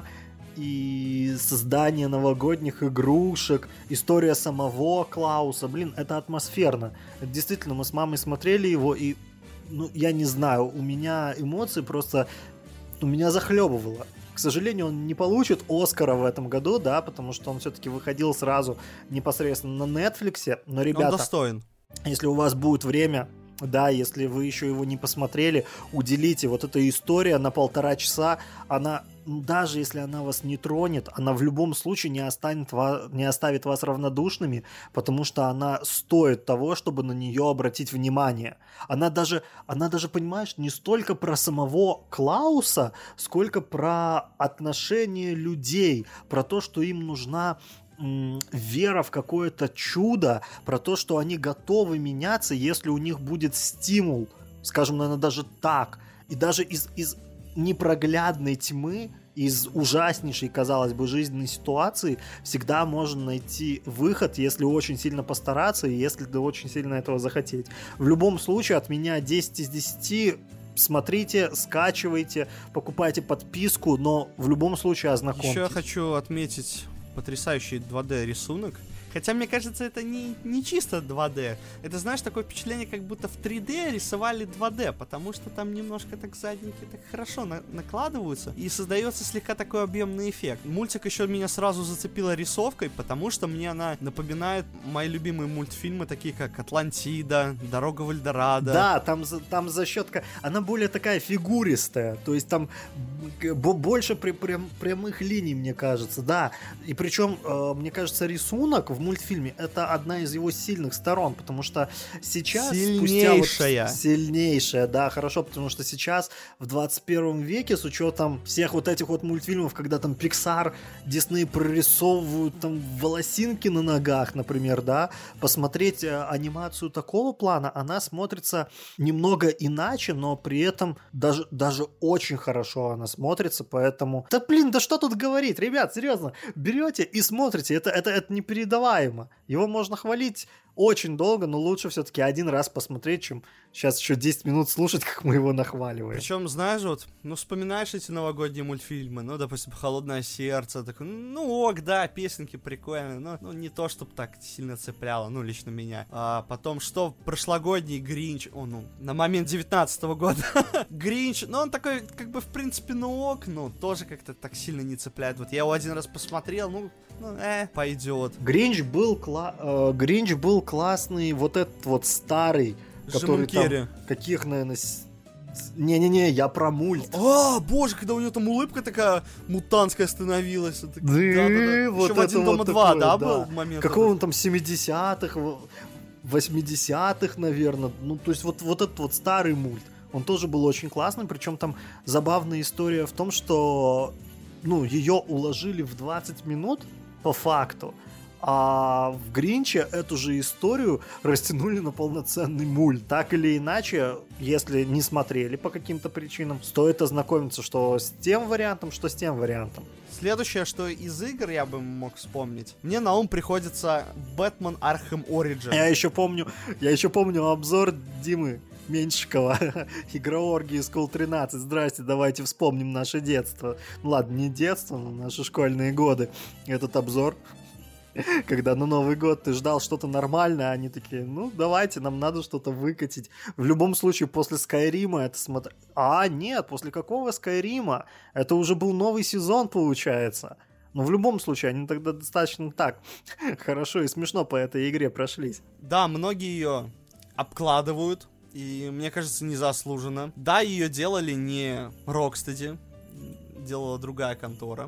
и создание новогодних игрушек, история самого Клауса. Блин, это атмосферно. Это действительно, мы с мамой смотрели его, и, ну, я не знаю, у меня эмоции просто... У меня захлебывало. К сожалению, он не получит Оскара в этом году, да, потому что он все-таки выходил сразу непосредственно на Netflix. Но, ребята, он достоин. Если у вас будет время... Да, если вы еще его не посмотрели, уделите. Вот эта история на 1,5 часа, она, даже если она вас не тронет, она в любом случае не оставит вас равнодушными, потому что она стоит того, чтобы на нее обратить внимание. Она даже, понимаешь, не столько про самого Клауса, сколько про отношение людей, про то, что им нужна вера в какое-то чудо, про то, что они готовы меняться, если у них будет стимул, скажем, наверное, даже так. И даже из непроглядной тьмы, из ужаснейшей, казалось бы, жизненной ситуации всегда можно найти выход, если очень сильно постараться и если ты очень сильно этого захотеть. В любом случае, от меня 10 из 10. Смотрите, скачивайте, покупайте подписку, но в любом случае ознакомьтесь. Еще я хочу отметить потрясающий 2D рисунок. Хотя, мне кажется, это не чисто 2D. Это, знаешь, такое впечатление, как будто в 3D рисовали 2D, потому что там немножко так задники так хорошо накладываются, и создается слегка такой объемный эффект. Мультик еще меня сразу зацепила рисовкой, потому что мне она напоминает мои любимые мультфильмы, такие как «Атлантида», «Дорога в Эльдорадо». Да, там за счет... Она более такая фигуристая, то есть там больше прямых линий, мне кажется, да. И причем, мне кажется, рисунок в мультфильме это одна из его сильных сторон, потому что сейчас... Сильнейшая. Сильнейшая, да, хорошо, потому что сейчас в 21 веке, с учетом всех вот этих вот мультфильмов, когда там Pixar, Disney прорисовывают там волосинки на ногах, например, да, посмотреть анимацию такого плана, она смотрится немного иначе, но при этом даже очень хорошо она смотрится, поэтому... Да блин, да что тут говорить, ребят, серьезно, берете и смотрите, это непередаваемо. Его можно хвалить очень долго, но лучше все-таки один раз посмотреть, чем сейчас еще 10 минут слушать, как мы его нахваливаем. Причем, знаешь, вот, вспоминаешь эти новогодние мультфильмы, допустим, «Холодное сердце», такой, ок, да, песенки прикольные, но не то, чтобы так сильно цепляло, лично меня. А потом, что прошлогодний «Гринч», на момент 19-го года, «Гринч», он такой, как бы, в принципе, ок, тоже как-то так сильно не цепляет. Вот я его один раз посмотрел, пойдет. Гринч был классный, вот этот вот старый, который там, каких, наверное... Не-не-не, я про мульт. Боже, когда у него там улыбка такая мутантская становилась. Да, вот еще в «Один дома 2», да, был момент? Какого он там 70-х, 80-х, наверное. То есть вот этот вот старый мульт, он тоже был очень классный, причем там забавная история в том, что ее уложили в 20 минут по факту, а в «Гринче» эту же историю растянули на полноценный мульт. Так или иначе, если не смотрели по каким-то причинам, стоит ознакомиться, что с тем вариантом, что с тем вариантом. Следующее, что из игр я бы мог вспомнить, мне на ум приходится «Бэтмен Архем Origins». Я еще помню обзор Димы Меньшикова, Игрооргии School 13. Здрасте, давайте вспомним наше детство. Ладно, не детство, но наши школьные годы. Этот обзор Когда на Новый год ты ждал что-то нормальное, они такие, ну, давайте, нам надо что-то выкатить. В любом случае, после Скайрима это смотреть... А, нет, после какого Скайрима? Это уже был новый сезон, получается. Но в любом случае, они тогда достаточно так хорошо и смешно по этой игре прошлись. Да, многие ее обкладывают, и, мне кажется, незаслуженно. Да, ее делали не Rocksteady, делала другая контора.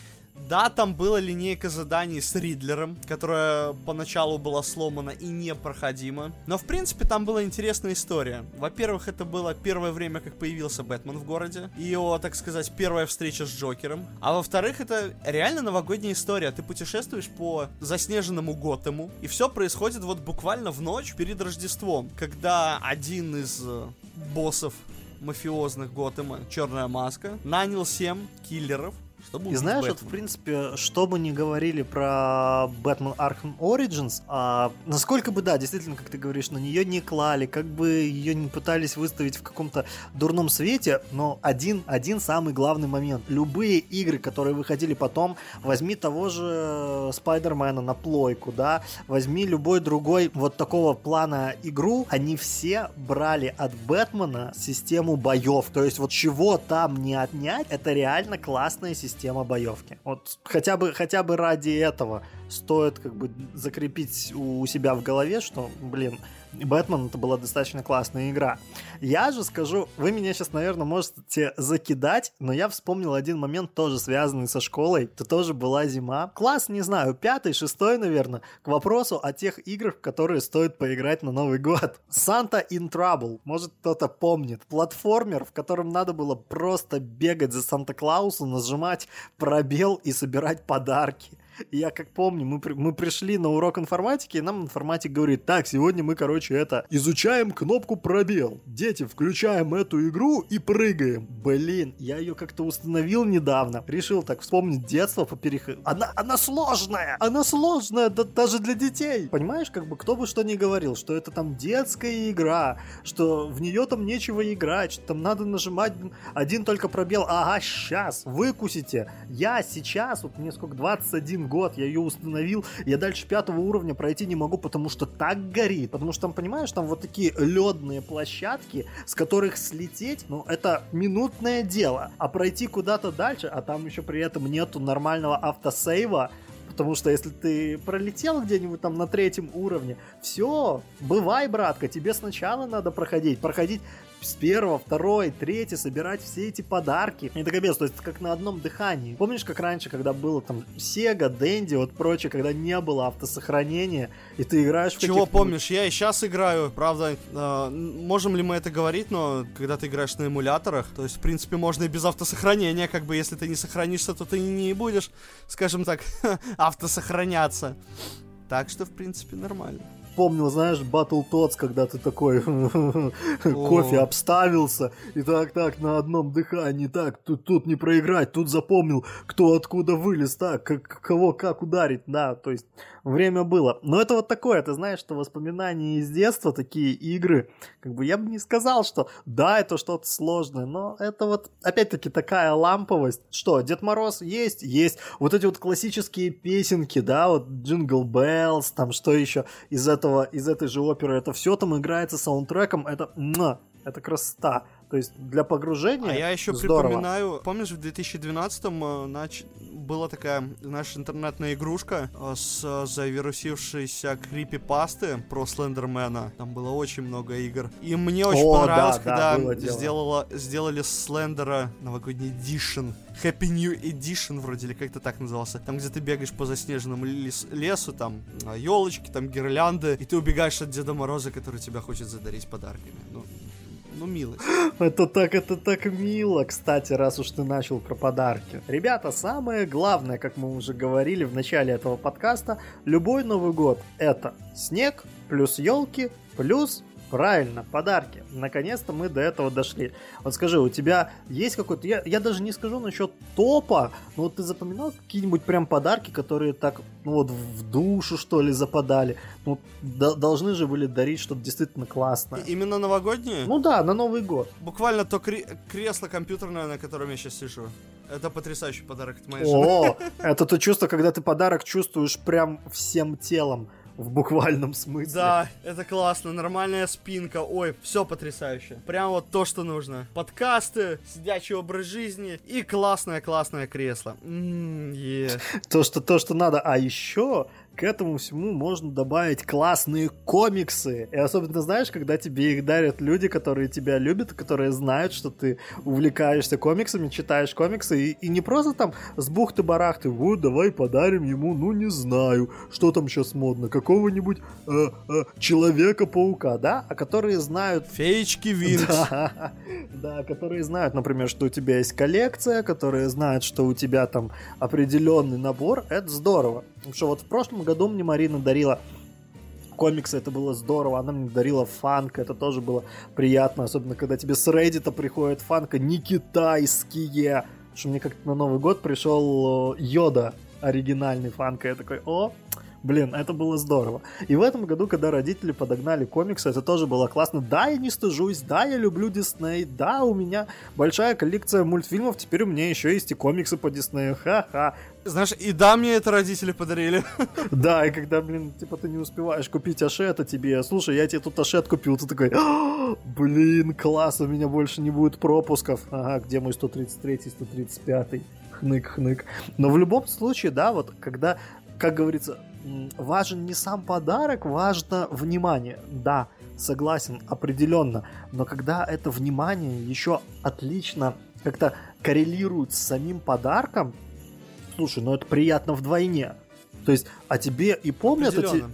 Да, там была линейка заданий с Ридлером, которая поначалу была сломана и непроходима. Но, в принципе, там была интересная история. Во-первых, это было первое время, как появился Бэтмен в городе. И его, так сказать, первая встреча с Джокером. А во-вторых, это реально новогодняя история. Ты путешествуешь по заснеженному Готэму, и все происходит вот буквально в ночь перед Рождеством, когда один из боссов мафиозных Готэма, Черная Маска, нанял 7 киллеров, чтобы и знаешь, вот, в принципе, что бы ни говорили про Batman Arkham Origins, насколько бы, да, действительно, как ты говоришь, на нее не клали, как бы ее не пытались выставить в каком-то дурном свете, но один самый главный момент. Любые игры, которые выходили потом, возьми того же Спайдермена на плойку, да, возьми любой другой вот такого плана игру, они все брали от Бэтмена систему боев. То есть вот чего там не отнять, это реально классная система боевки. Вот хотя бы ради этого стоит как бы закрепить у себя в голове, что, блин, Бэтмен это была достаточно классная игра. Я же скажу, вы меня сейчас, наверное, можете закидать, но я вспомнил один момент, тоже связанный со школой. Это тоже была зима. Класс, не знаю, 5-й, 6-й, наверное, к вопросу о тех играх, в которые стоит поиграть на Новый год. Santa in Trouble, может кто-то помнит. Платформер, в котором надо было просто бегать за Санта-Клаусом, нажимать пробел и собирать подарки. И я как помню, мы пришли на урок информатики, и нам информатик говорит: так, сегодня мы, изучаем кнопку пробел. Дети, включаем эту игру и прыгаем. Блин, я ее как-то установил недавно. Решил так вспомнить детство по переходу. Она сложная! Она сложная, даже для детей! Понимаешь, как бы кто бы что ни говорил, что это там детская игра, что в нее там нечего играть, что там надо нажимать один только пробел. Ага, сейчас, выкусите. Я сейчас, вот мне сколько, 21 год, я ее установил, я дальше 5 уровня пройти не могу, потому что так горит, потому что там, понимаешь, там вот такие ледные площадки, с которых слететь, ну, это минутное дело, а пройти куда-то дальше, а там еще при этом нету нормального автосейва, потому что если ты пролетел где-нибудь там на 3 уровне, все, бывай, братка, тебе сначала надо проходить с 1, 2, 3, собирать все эти подарки. Это капец, то есть как на одном дыхании. Помнишь, как раньше, когда было там Sega, Dendy, вот прочее, когда не было автосохранения, и ты играешь в Чего помнишь? Я и сейчас играю, правда, можем ли мы это говорить, но когда ты играешь на эмуляторах, то есть, в принципе, можно и без автосохранения, как бы, если ты не сохранишься, то ты не будешь, скажем так, автосохраняться. Так что, в принципе, нормально. Помнил, знаешь, Battletoads, когда ты такой кофе обставился, и так на одном дыхании, так, тут не проиграть, тут запомнил, кто откуда вылез, так, кого как ударить, да, то есть время было. Но это вот такое, ты знаешь, что воспоминания из детства, такие игры, как бы я бы не сказал, что да, это что-то сложное, но это вот, опять-таки, такая ламповость. Что, Дед Мороз есть? Вот эти вот классические песенки, да, вот Jingle Bells, там, что еще из этой же оперы, это все там играется саундтреком, это красота. То есть для погружения. А я еще здорово. Припоминаю, помнишь, в 2012-м была такая, знаешь, интернетная игрушка с завирусившейся крипипасты про Слендермена. Там было очень много игр. И мне очень понравилось, когда сделали Слендера новогодний эдишн. Happy New Edition вроде, или как-то так назывался. Там, где ты бегаешь по заснеженному лесу, там елочки, там гирлянды, и ты убегаешь от Деда Мороза, который тебя хочет задарить подарками. Ну, милость. Это так мило, кстати, раз уж ты начал про подарки. Ребята, самое главное, как мы уже говорили в начале этого подкаста, любой Новый год — это снег, плюс елки, плюс, правильно, подарки. Наконец-то мы до этого дошли. Вот скажи, у тебя есть какой-то... Я даже не скажу насчет топа, но вот ты запоминал какие-нибудь прям подарки, которые так, ну вот, в душу, что ли, западали? Ну, должны же были дарить что-то действительно классное. Именно новогодние? Ну да, на Новый год. Буквально то кресло компьютерное, на котором я сейчас сижу. Это потрясающий подарок от моей жены. О, это то чувство, когда ты подарок чувствуешь прям всем телом. В буквальном смысле. Да, это классно, нормальная спинка, ой, все потрясающе. Прям вот то, что нужно. Подкасты, сидячий образ жизни и классное кресло. То, что надо. А еще к этому всему можно добавить классные комиксы. И особенно, знаешь, когда тебе их дарят люди, которые тебя любят, которые знают, что ты увлекаешься комиксами, читаешь комиксы, и не просто там с бухты-барахты, вот, давай подарим ему, ну, не знаю, что там сейчас модно, какого-нибудь Человека-паука, да? А которые знают... Феечки Винкс. Да, которые знают, например, что у тебя есть коллекция, которые знают, что у тебя там определенный набор. Это здорово. Потому что вот в прошлом году мне Марина дарила комиксы, это было здорово. Она мне дарила фанка, это тоже было приятно. Особенно, когда тебе с Reddit приходит фанка не китайские. Потому что мне как-то на Новый год пришел Йода, оригинальный фанка. Я такой, блин, это было здорово. И в этом году, когда родители подогнали комиксы, это тоже было классно. Да, я не стыжусь, да, я люблю Дисней, да, у меня большая коллекция мультфильмов, теперь у меня еще есть и комиксы по Диснею, ха-ха. Знаешь, и да, мне это родители подарили. Да, и когда, блин, типа ты не успеваешь купить Ашет, а тебе, слушай, я тебе тут Ашет купил, ты такой, блин, класс, у меня больше не будет пропусков. Ага, где мой 133-й, 135-й? Хнык-хнык. Но в любом случае, да, вот когда, как говорится, важен не сам подарок, важно внимание. Да, согласен, определенно. Но когда это внимание еще отлично как-то коррелирует с самим подарком, слушай, ну это приятно вдвойне. То есть, а тебе и помнят,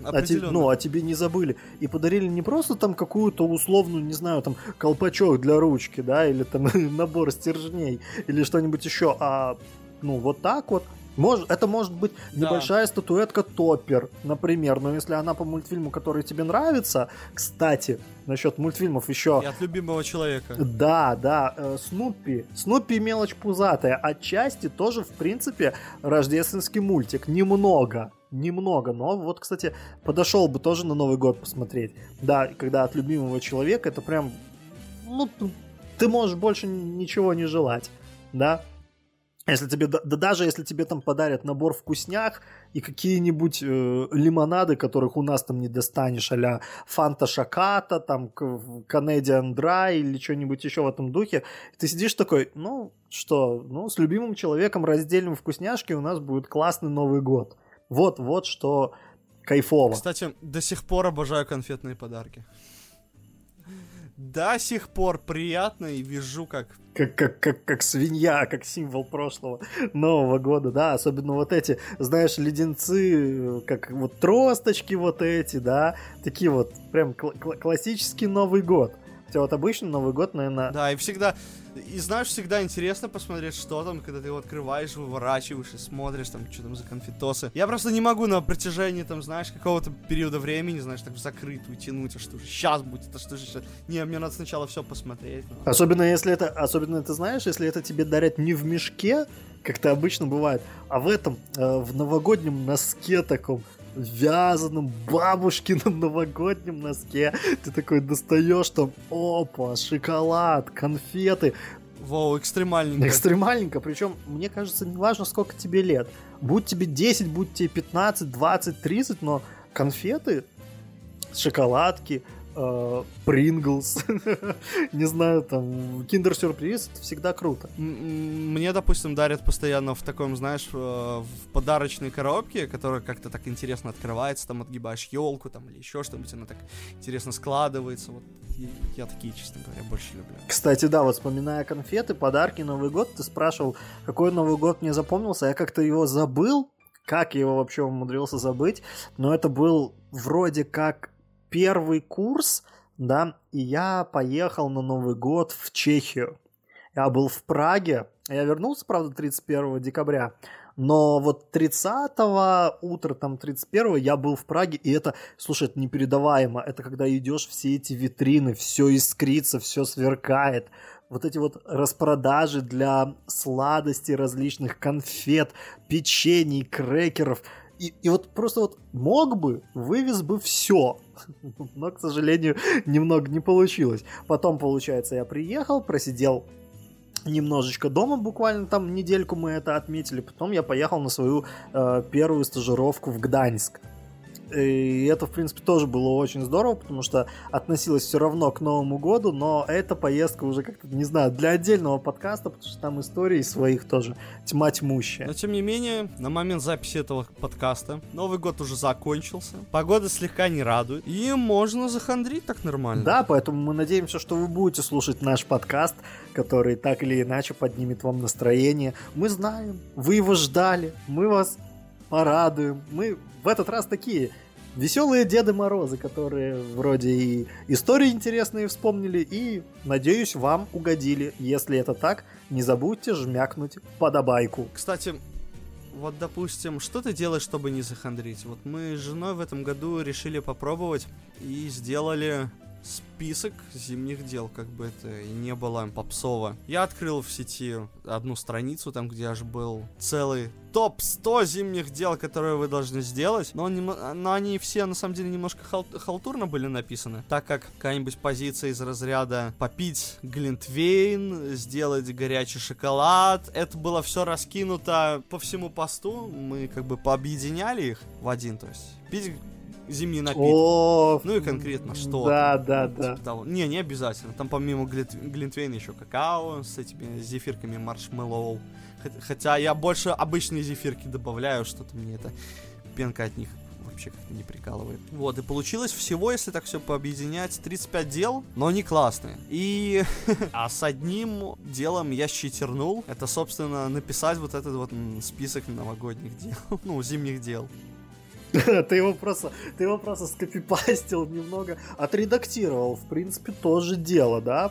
а тебе не забыли. И подарили не просто там какую-то условную, не знаю, там, колпачок для ручки, да, или там набор стержней, или что-нибудь еще, а, ну, вот так вот. Это может быть небольшая статуэтка Топпер, например, но если она по мультфильму, который тебе нравится, кстати, насчет мультфильмов еще... И от любимого человека. Да, Снуппи мелочь пузатая, отчасти тоже, в принципе, рождественский мультик, немного, но вот, кстати, подошел бы тоже на Новый год посмотреть. Да, когда от любимого человека, это прям, ну, ты можешь больше ничего не желать, да? Если тебе, даже если тебе там подарят набор вкусняк и какие-нибудь лимонады, которых у нас там не достанешь, а-ля Фанта Шаката, там Canadian Dry или что-нибудь еще в этом духе, ты сидишь такой, с любимым человеком разделим вкусняшки, у нас будет классный Новый год. Вот что кайфово. Кстати, до сих пор обожаю конфетные подарки. До сих пор приятно и вижу, как свинья, как символ прошлого Нового года, да, особенно вот эти, знаешь, леденцы, как вот тросточки вот эти, да, такие вот прям классический Новый год. Хотя вот обычно Новый год, наверное... Да, и всегда интересно посмотреть, что там, когда ты его открываешь, выворачиваешь и смотришь, там, что там за конфетосы. Я просто не могу на протяжении, там, знаешь, какого-то периода времени, знаешь, так в закрытую тянуть, а что же сейчас будет, а что же сейчас... Не, мне надо сначала все посмотреть. Особенно это, знаешь, если это тебе дарят не в мешке, как это обычно бывает, а в этом, в новогоднем носке таком, вязаном бабушкином новогоднем носке. Ты такой достаешь там, опа, шоколад, конфеты. Воу, экстремальненько. Экстремальненько, причем, мне кажется, не важно, сколько тебе лет. Будь тебе 10, будь тебе 15, 20, 30, но конфеты, шоколадки, Принглс, не знаю, там, киндер-сюрприз, это всегда круто. Мне, допустим, дарят постоянно в таком, знаешь, в подарочной коробке, которая как-то так интересно открывается, там отгибаешь елку, там, или еще что-нибудь, она так интересно складывается, вот, я такие, честно говоря, больше люблю. Кстати, да, вот вспоминая конфеты, подарки, Новый год, ты спрашивал, какой Новый год мне запомнился, я как-то его забыл, как я его вообще умудрился забыть, но это был вроде как первый курс, да, и я поехал на Новый год в Чехию. Я был в Праге, я вернулся, правда, 31 декабря, но вот 30-го, утро там 31-го я был в Праге, и это, слушай, это непередаваемо, это когда идешь, все эти витрины, все искрится, все сверкает, вот эти вот распродажи для сладостей различных, конфет, печений, крекеров. И вот просто вот мог бы, вывез бы все. Но, к сожалению, немного не получилось. Потом, получается, я приехал, просидел немножечко дома, буквально там недельку мы это отметили. Потом я поехал на свою первую стажировку в Гданьск. И это, в принципе, тоже было очень здорово, потому что относилось все равно к Новому году, но эта поездка уже как-то, не знаю, для отдельного подкаста, потому что там истории своих тоже тьма тьмущая. Но, тем не менее, на момент записи этого подкаста Новый год уже закончился, погода слегка не радует, и можно захандрить так нормально. Да, поэтому мы надеемся, что вы будете слушать наш подкаст, который так или иначе поднимет вам настроение. Мы знаем, вы его ждали, мы вас порадуем. Мы в этот раз такие веселые Деды Морозы, которые вроде и истории интересные вспомнили, и, надеюсь, вам угодили. Если это так, не забудьте жмякнуть подобайку. Кстати, вот, допустим, что ты делаешь, чтобы не захандрить? Вот мы с женой в этом году решили попробовать и сделали список зимних дел, как бы это и не было попсово. Я открыл в сети одну страницу, там, где аж был целый топ-100 зимних дел, которые вы должны сделать, но они все, на самом деле, немножко халтурно были написаны, так как какая-нибудь позиция из разряда попить глинтвейн, сделать горячий шоколад, это было все раскинуто по всему посту, мы как бы пообъединяли их в один, то есть пить зимние напитки. Ну и конкретно что. Да. Не обязательно. Там помимо глинтвейна еще какао с этими зефирками маршмеллоу. Хотя я больше обычные зефирки добавляю, что-то мне эта пенка от них вообще как-то не прикалывает. Вот, и получилось всего, если так все пообъединять, 35 дел, но они классные. А с одним делом я щитернул. Это, собственно, написать вот этот вот список новогодних дел. Ну, зимних дел. Ты его просто скопипастил немного, отредактировал, в принципе, тоже дело, да?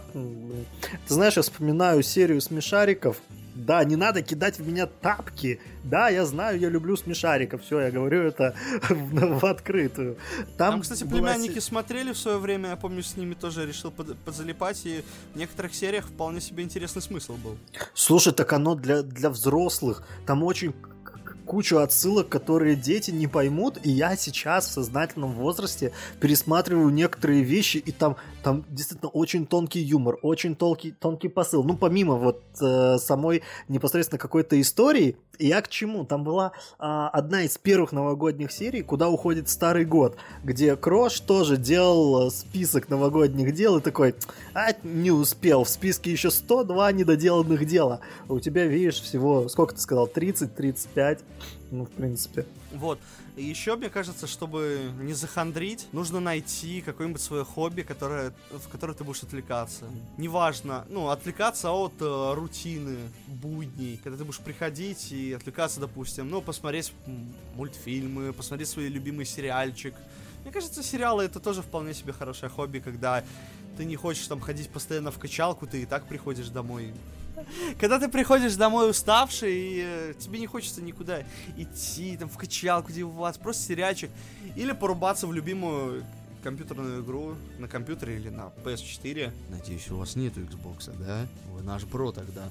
Ты знаешь, я вспоминаю серию смешариков. Да, не надо кидать в меня тапки. Да, я знаю, я люблю смешариков. Все, я говорю это в открытую. Там, кстати, племянники смотрели в свое время. Я помню, с ними тоже решил подзалипать. И в некоторых сериях вполне себе интересный смысл был. Слушай, так оно для взрослых. Там очень кучу отсылок, которые дети не поймут, и я сейчас в сознательном возрасте пересматриваю некоторые вещи, и там действительно очень тонкий юмор, очень тонкий посыл. Ну, помимо вот самой непосредственно какой-то истории, я к чему? Там была одна из первых новогодних серий, куда уходит Старый год, где Крош тоже делал список новогодних дел и такой, не успел, в списке еще 102 недоделанных дела. А у тебя, видишь, всего, сколько ты сказал, 30-35? Ну, в принципе. Вот. И еще, мне кажется, чтобы не захандрить, нужно найти какое-нибудь свое хобби, в которое ты будешь отвлекаться. Неважно, отвлекаться от рутины, будней. Когда ты будешь приходить и отвлекаться, допустим, посмотреть мультфильмы, посмотреть свой любимый сериальчик. Мне кажется, сериалы — это тоже вполне себе хорошее хобби, когда ты не хочешь там ходить постоянно в качалку, ты и так приходишь домой. Когда ты приходишь домой уставший, и тебе не хочется никуда идти, там, в качалку, деваться, просто сериальчик. Или порубаться в любимую компьютерную игру на компьютере или на PS4. Надеюсь, у вас нету Xbox, да? Вы наш бро тогда.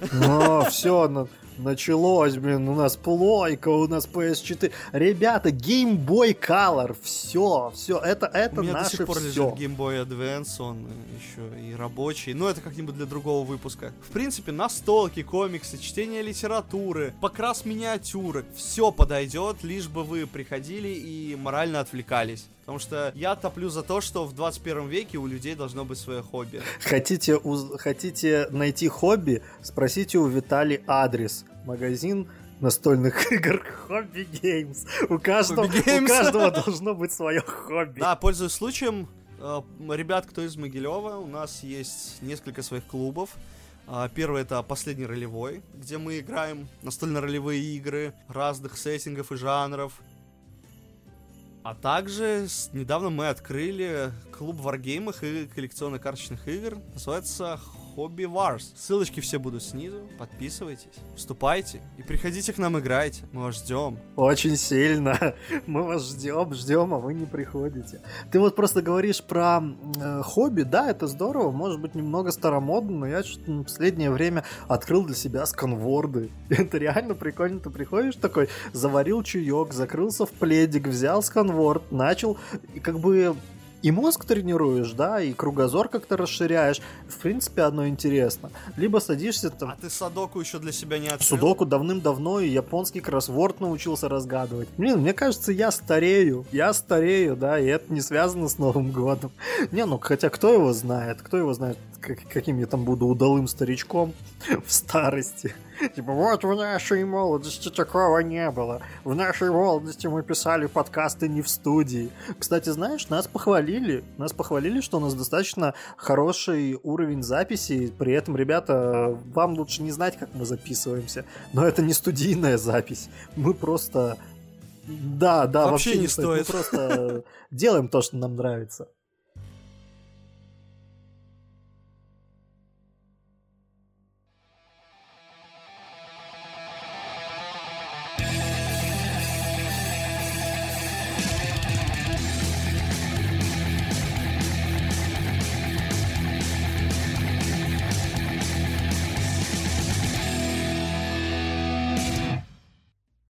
Все, началось, у нас плойка, у нас PS4. Ребята, Game Boy Color, все, это наше все. У меня до сих пор лежит Game Boy Advance, он еще и рабочий, но это как-нибудь для другого выпуска. В принципе, настолки, комиксы, чтение литературы, покрас миниатюры, все подойдет, лишь бы вы приходили и морально отвлекались. Потому что я топлю за то, что в 21 веке у людей должно быть свое хобби. Хотите найти хобби? Спросите у Виталия адрес. Магазин настольных игр Hobby Games. У каждого должно быть свое хобби. Да, пользуясь случаем, ребят, кто из Могилева, у нас есть несколько своих клубов. Первый — это «Последний ролевой», где мы играем настольно-ролевые игры разных сеттингов и жанров. А также недавно мы открыли клуб варгеймов и коллекционно-карточных игр. Называется Hobby Wars. Ссылочки все будут снизу. Подписывайтесь, вступайте и приходите к нам, играйте. Мы вас ждем. Очень сильно. Мы вас ждем, а вы не приходите. Ты вот просто говоришь про хобби. Да, это здорово. Может быть, немного старомодно, но я в последнее время открыл для себя сканворды. Это реально прикольно. Ты приходишь такой, заварил чаек, закрылся в пледик, взял сканворд, начал и как бы и мозг тренируешь, да, и кругозор как-то расширяешь. В принципе, одно интересно. Либо садишься там... А ты Судоку еще для себя не открыл? Судоку давным-давно и японский кроссворд научился разгадывать. Блин, мне кажется, я старею, да, и это не связано с Новым годом. Не, ну, хотя кто его знает, каким я там буду удалым старичком в старости. Типа, вот в нашей молодости такого не было. В нашей молодости мы писали подкасты не в студии. Кстати, знаешь, нас похвалили, что у нас достаточно хороший уровень записи. При этом, ребята, вам лучше не знать, как мы записываемся. Но это не студийная запись. Мы просто... Да, вообще не стоит. Мы просто делаем то, что нам нравится.